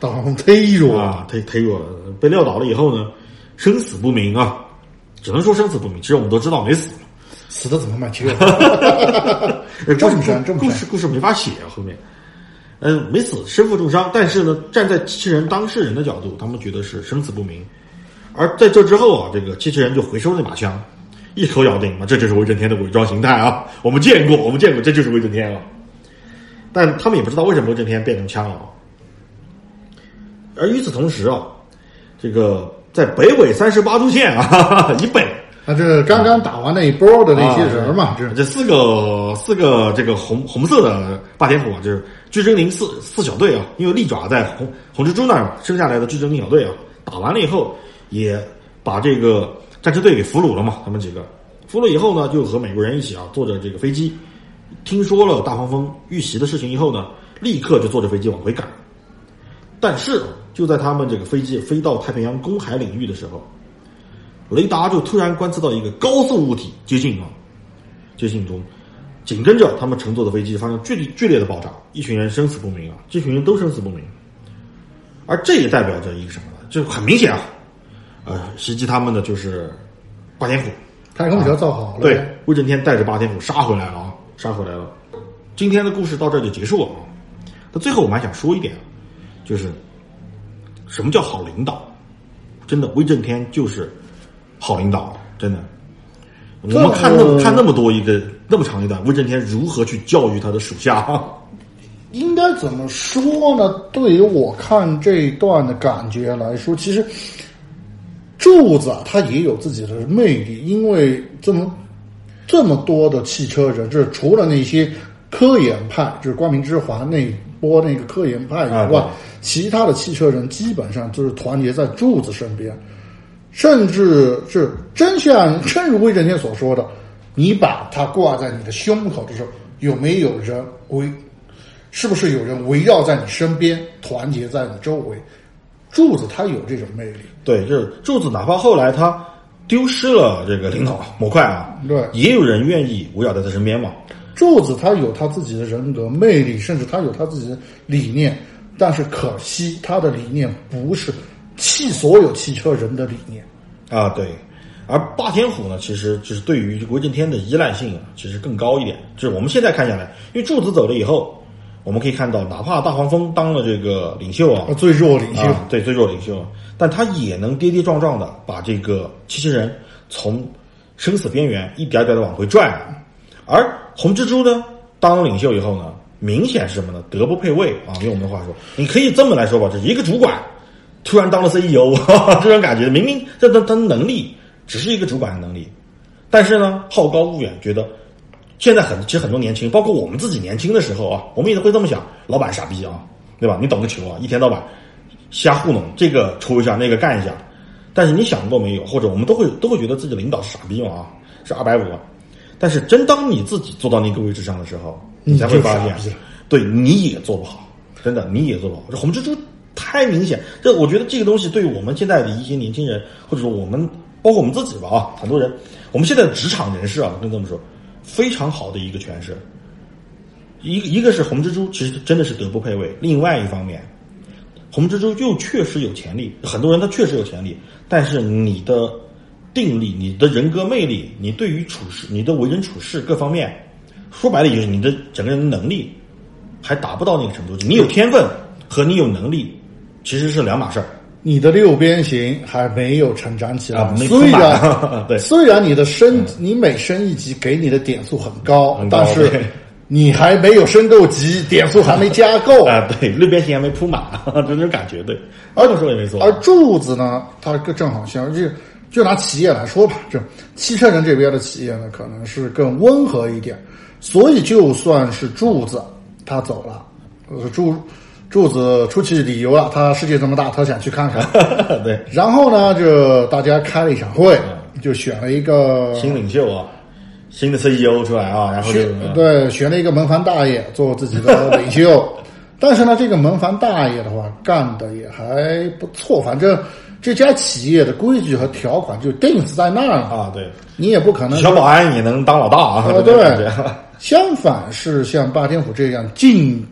大黄蜂忒弱啊，忒忒弱了。被撂倒了以后呢，生死不明啊，只能说生死不明。其实我们都知道没死， 死的怎么蛮绝？ 这么深，这么深， 故事故事没法写啊，后面。嗯，没死，身负重伤，但是呢，站在机器人当事人的角度，他们觉得是生死不明。而在这之后啊，这个机器人就回收那把枪，一口咬定嘛，这就是威震天的伪装形态啊！我们见过，我们见过，这就是威震天了。但他们也不知道为什么威震天变成枪了啊。而与此同时啊，这个在北纬三十八度线啊哈哈以北。 啊，这刚刚打完那一波的那些人嘛， 啊、 这这四个四个这个红红色的霸天虎啊，就是巨狰狞四四小队啊，因为利爪在红红蜘蛛那儿生下来的巨狰狞小队啊，打完了以后也把这个战车队给俘虏了嘛，他们几个俘虏以后呢，就和美国人一起啊坐着这个飞机，听说了大黄蜂遇袭的事情以后呢，立刻就坐着飞机往回赶。但是就在他们这个飞机飞到太平洋公海领域的时候，雷达就突然观测到一个高速物体接近啊，接近中，紧跟着他们乘坐的飞机发生剧烈剧烈的爆炸，一群人生死不明啊，这群人都生死不明。而这也代表着一个什么呢？就很明显啊，呃，袭击他们的就是霸天虎， 太空桥造好了、啊。 对，威震天带着霸天虎杀回来了啊，杀回来了。今天的故事到这儿就结束了啊。那最后我们还想说一点，就是什么叫好领导？真的，威震天就是好领导，真的。我们看那么看那么多一个那么长一段，威震天如何去教育他的属下？ 应该怎么说呢？对于我看这一段的感觉来说，其实柱子啊，他也有自己的魅力，因为这么这么多的汽车人，这除了那些科研派，就是光明之环那一波那个科研派以外，啊、其他的汽车人基本上就是团结在柱子身边。甚至是真像正如威震天所说的，你把它挂在你的胸口的时候，有没有人围，是不是有人围绕在你身边，团结在你周围？柱子他有这种魅力。 对，就是柱子，哪怕后来他丢失了这个领导模块啊， 对， 也有人愿意围绕在他身边嘛。 柱子他有他自己的人格魅力，甚至他有他自己的理念，但是可惜他的理念不是汽所有汽车人的理念啊，对。而霸天虎呢，其实就是对于威震天的依赖性啊，其实更高一点。就是我们现在看下来，因为柱子走了以后，我们可以看到，哪怕大黄蜂当了这个领袖啊， 最弱领袖， 啊、对，最弱领袖，但他也能跌跌撞撞的把这个机器人从生死边缘一点点的往回拽。而红蜘蛛呢，当了领袖以后呢，明显是什么呢？德不配位啊！用我们的话说，你可以这么来说吧，这一个主管突然当了 C E O， 这种感觉，明明这他他能力只是一个主管的能力，但是呢，好高骛远，觉得现在很其实很多年轻，包括我们自己年轻的时候啊，我们也会这么想：老板傻逼啊，对吧？你懂个球啊，一天到晚瞎糊弄，这个抽一下，那个干一下。但是你想过没有？或者我们都会都会觉得自己的领导是傻逼嘛啊，是二百五。但是真当你自己坐到那个位置上的时候，你才会发现，对，你也做不好，真的你也做不好。这红蜘蛛太明显，这我觉得这个东西对于我们现在的一些年轻人，或者说我们包括我们自己吧啊，很多人，我们现在的职场人士啊，跟这么说，非常好的一个诠释。一个一个是红蜘蛛其实真的是德不配位，另外一方面，红蜘蛛又确实有潜力，很多人他确实有潜力，但是你的定力、你的人格魅力、你对于处事、你的为人处事各方面，说白了就是你的整个人的能力还达不到那个程度。你有天分和你有能力其实是两码事儿。 你的六边形还没有成长起来， 啊、没虽然对， 虽然你的升、嗯、你每升一级给你的点数很高， 很高但是你还没有升够级，点数还没加够啊！对，六边形还没铺满，这种感觉对。 而这么说也没错。 而柱子呢，它正好像就就拿企业来说吧，这汽车人这边的企业呢，可能是更温和一点，所以就算是柱子他走了，呃，柱柱子出去旅游了，他世界这么大，他想去看看。 对。 然后呢，就大家开了一场会，就选了一个新领袖啊。新的 C E O 出来啊，然后就对选了一个门房大爷做自己的领袖，但是呢，这个门房大爷的话干的也还不错，反正这家企业的规矩和条款就定死在那儿了啊。对， 你也不可能小保安也能当老大啊。 呃、对，相反是像霸天虎这样进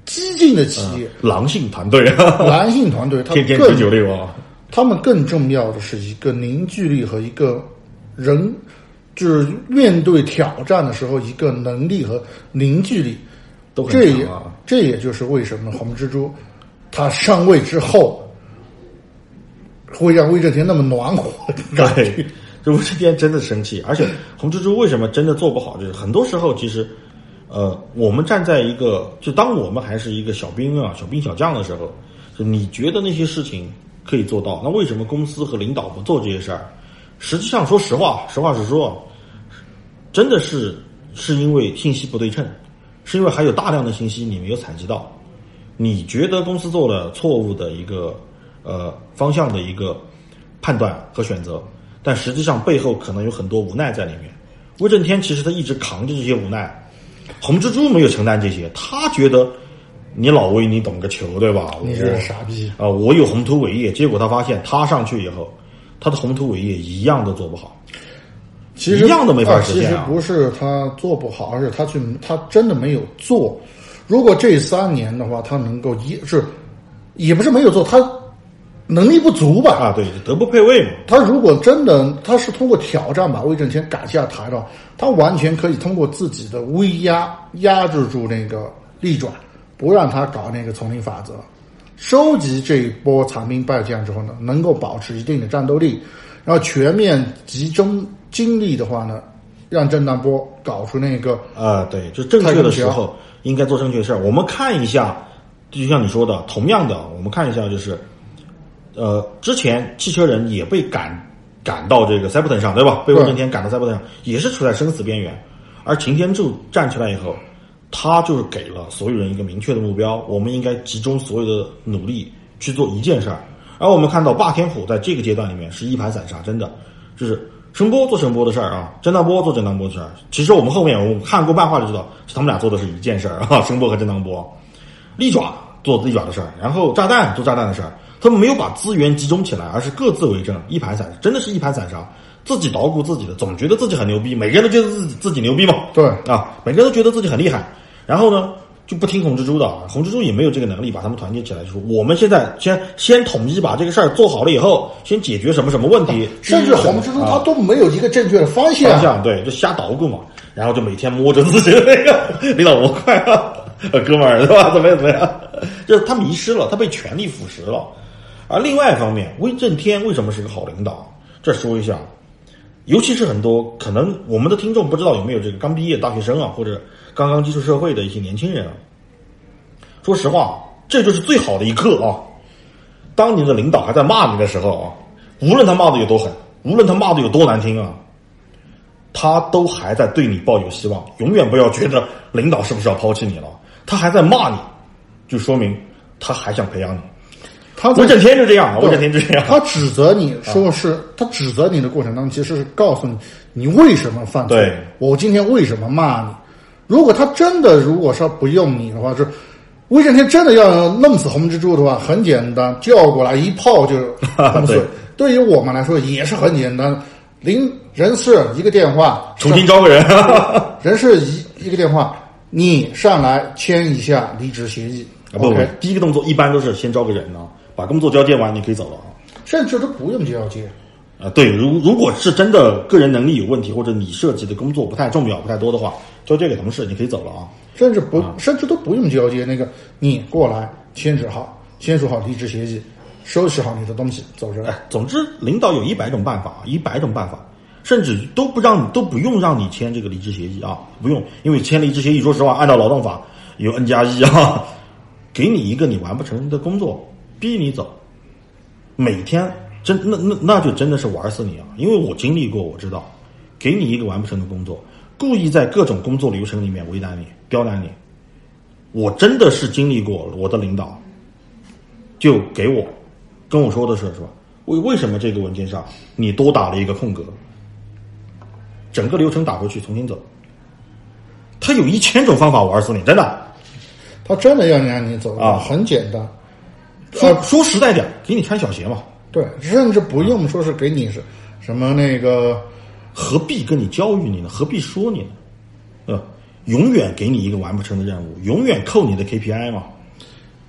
激进的企业， 嗯、狼性团队， 狼性团队， 天天吃九六啊。 他们更重要的是一个凝聚力和一个人，就是面对挑战的时候一个能力和凝聚力。 都很这也强啊， 这也就是为什么红蜘蛛他上位之后会让威震天那么暖和的感觉。 这威震天真的生气，而且红蜘蛛为什么真的做不好？就是很多时候其实，呃，我们站在一个，就当我们还是一个小兵啊、小兵小将的时候，就你觉得那些事情可以做到，那为什么公司和领导不做这些事儿？实际上，说实话，实话实说，真的是是因为信息不对称。是因为还有大量的信息你没有采集到，你觉得公司做了错误的一个呃方向的一个判断和选择，但实际上背后可能有很多无奈在里面。威震天其实他一直扛着这些无奈，红蜘蛛没有承担这些，他觉得你老威你懂个球对吧？ 你是傻逼啊、呃！我有宏图伟业，结果他发现他上去以后，他的宏图伟业一样都做不好。 其实一样都没法实现、啊、 其实不是他做不好，而是他去他真的没有做。如果这三年的话，他能够也是也不是没有做，他能力不足吧？ 啊，对，德不配位嘛。 他如果真的他是通过挑战把威震天赶下台的话，他完全可以通过自己的威压压制住那个利转，不让他搞那个丛林法则。收集这一波残兵败将之后呢，能够保持一定的战斗力，然后全面集中精力的话呢，让郑丹波搞出那个啊、呃，对，就正确的时候应该做正确的事儿。我们看一下，就像你说的，同样的，我们看一下，就是呃，之前汽车人也被赶赶到这个塞伯特上，对吧？被威震天赶到塞伯特上，也是处在生死边缘。而擎天柱站起来以后，他就是给了所有人一个明确的目标，我们应该集中所有的努力去做一件事儿。而我们看到霸天虎在这个阶段里面是一盘散沙，真的就是声波做声波的事儿啊，郑当波做郑当波的事儿。其实我们后面我们看过漫画就知道，他们俩做的是一件事儿啊，声波和郑当波。利爪做利爪的事儿，然后炸弹做炸弹的事儿，他们没有把资源集中起来，而是各自为政，一盘散，真的是一盘散沙，自己捣鼓自己的，总觉得自己很牛逼，每个人都觉得自己自己牛逼嘛， 对啊，每个人都觉得自己很厉害，然后呢就不听红蜘蛛的，红蜘蛛也没有这个能力把他们团结起来，就说我们现在先先统一把这个事儿做好了以后，先解决什么什么问题， 甚至红蜘蛛他都没有一个正确的方向， 方向对，就瞎捣鼓嘛，然后就每天摸着自己的那个领导模块啊，哥们儿对吧？怎么样怎么样？就是他迷失了，他被权力腐蚀了。而另外一方面，威震天为什么是个好领导？这说一下，尤其是很多可能我们的听众不知道有没有这个刚毕业大学生啊，或者刚刚接触社会的一些年轻人啊。说实话，这就是最好的一课啊！当你的领导还在骂你的时候啊，无论他骂的有多狠，无论他骂的有多难听啊，他都还在对你抱有希望。永远不要觉得领导是不是要抛弃你了，他还在骂你，就说明他还想培养你。 他威震天就这样，威震天就这样。 他指责你说是、啊、他指责你的过程当中，其实是告诉你你为什么犯错， 对， 我今天为什么骂你。如果他真的如果说不用你的话，是威震天真的要弄死红蜘蛛的话，很简单，叫过来一炮就轰碎。对于我们来说也是很简单，零人事一个电话， 重新招个人， 人事一一个电话，你上来签一下离职协议。 啊、不不 OK， 第一个动作一般都是先招个人呢、啊，把工作交接完，你可以走了啊。 甚至都不用交接。 啊，对，如如果是真的个人能力有问题，或者你涉及的工作不太重要、不太多的话，交接给同事，你可以走了啊。 甚至不、 啊， 甚至都不用交接。那个，你过来签署好，签署好离职协议，收拾好你的东西，走人。 哎，总之，领导有一百种办法，一百种办法，甚至都不让都不用让你签这个离职协议啊，不用，因为签离职协议，说实话，按照劳动法有 N 加一啊，给你一个你完不成的工作，逼你走，每天真那那那就真的是玩死你啊！因为我经历过，我知道，给你一个完不成的工作，故意在各种工作流程里面为难你、刁难你。我真的是经历过，我的领导就给我跟我说的是是吧？为为什么这个文件上你多打了一个空格？整个流程打回去重新走。他有一千种方法玩死你，真的。 他真的要让你走啊， 很简单。 说、呃、说实在点，给你穿小鞋嘛。 对，甚至不用说是给你是什么那个， 何必跟你教育你呢？何必说你呢？呃，永远给你一个完不成的任务，永远扣你的 K P I 嘛。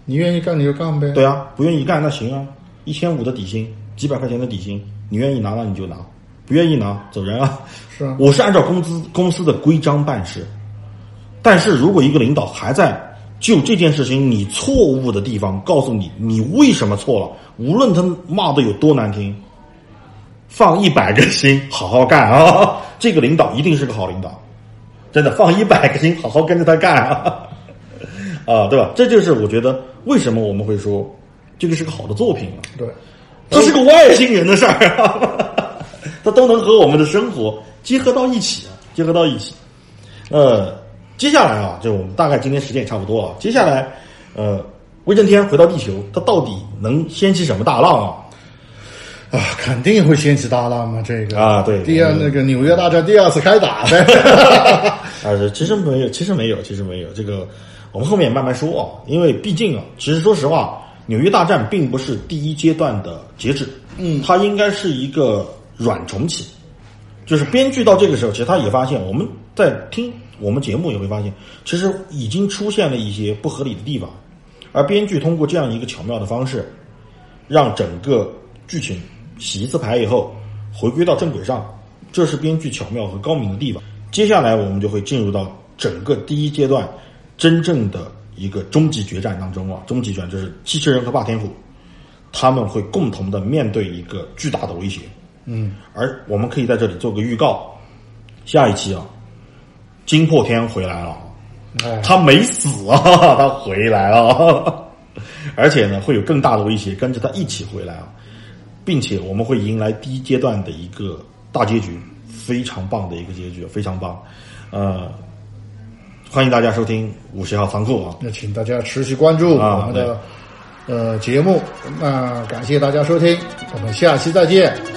你愿意干你就干呗。 对啊，不愿意干那行啊，一千五的底薪，几百块钱的底薪，你愿意拿那你就拿，不愿意拿走人啊。 是啊， 我是按照公司公司的规章办事。但是如果一个领导还在就这件事情你错误的地方告诉你你为什么错了，无论他骂的有多难听，放一百个心好好干啊，这个领导一定是个好领导，真的放一百个心好好跟着他干啊，啊，对吧？这就是我觉得为什么我们会说这个是个好的作品了。 对， 这是个外星人的事儿啊，它都能和我们的生活结合到一起啊，结合到一起。呃，接下来啊，就我们大概今天时间也差不多了。接下来，呃，威震天回到地球，他到底能掀起什么大浪啊？ 啊，肯定会掀起大浪嘛！这个啊，对， 第二那个纽约大战第二次开打呗。 啊，其实没有，其实没有，其实没有。这个我们后面也慢慢说啊，因为毕竟啊，其实说实话，纽约大战并不是第一阶段的截止， 嗯， 它应该是一个软重启，就是编剧到这个时候，其实他也发现，我们在听我们节目也会发现，其实已经出现了一些不合理的地方，而编剧通过这样一个巧妙的方式，让整个剧情洗一次牌以后回归到正轨上，这是编剧巧妙和高明的地方。接下来我们就会进入到整个第一阶段真正的一个终极决战当中啊，终极决战就是机器人和霸天虎，他们会共同的面对一个巨大的威胁。 嗯， 而我们可以在这里做个预告，下一期啊，金破天回来了， 哎， 他没死啊，他回来了，而且呢会有更大的威胁跟着他一起回来啊，并且我们会迎来第一阶段的一个大结局，非常棒的一个结局，非常棒。呃，欢迎大家收听五十号仓库啊， 那请大家持续关注我们的、呃节目，那感谢大家收听，我们下期再见。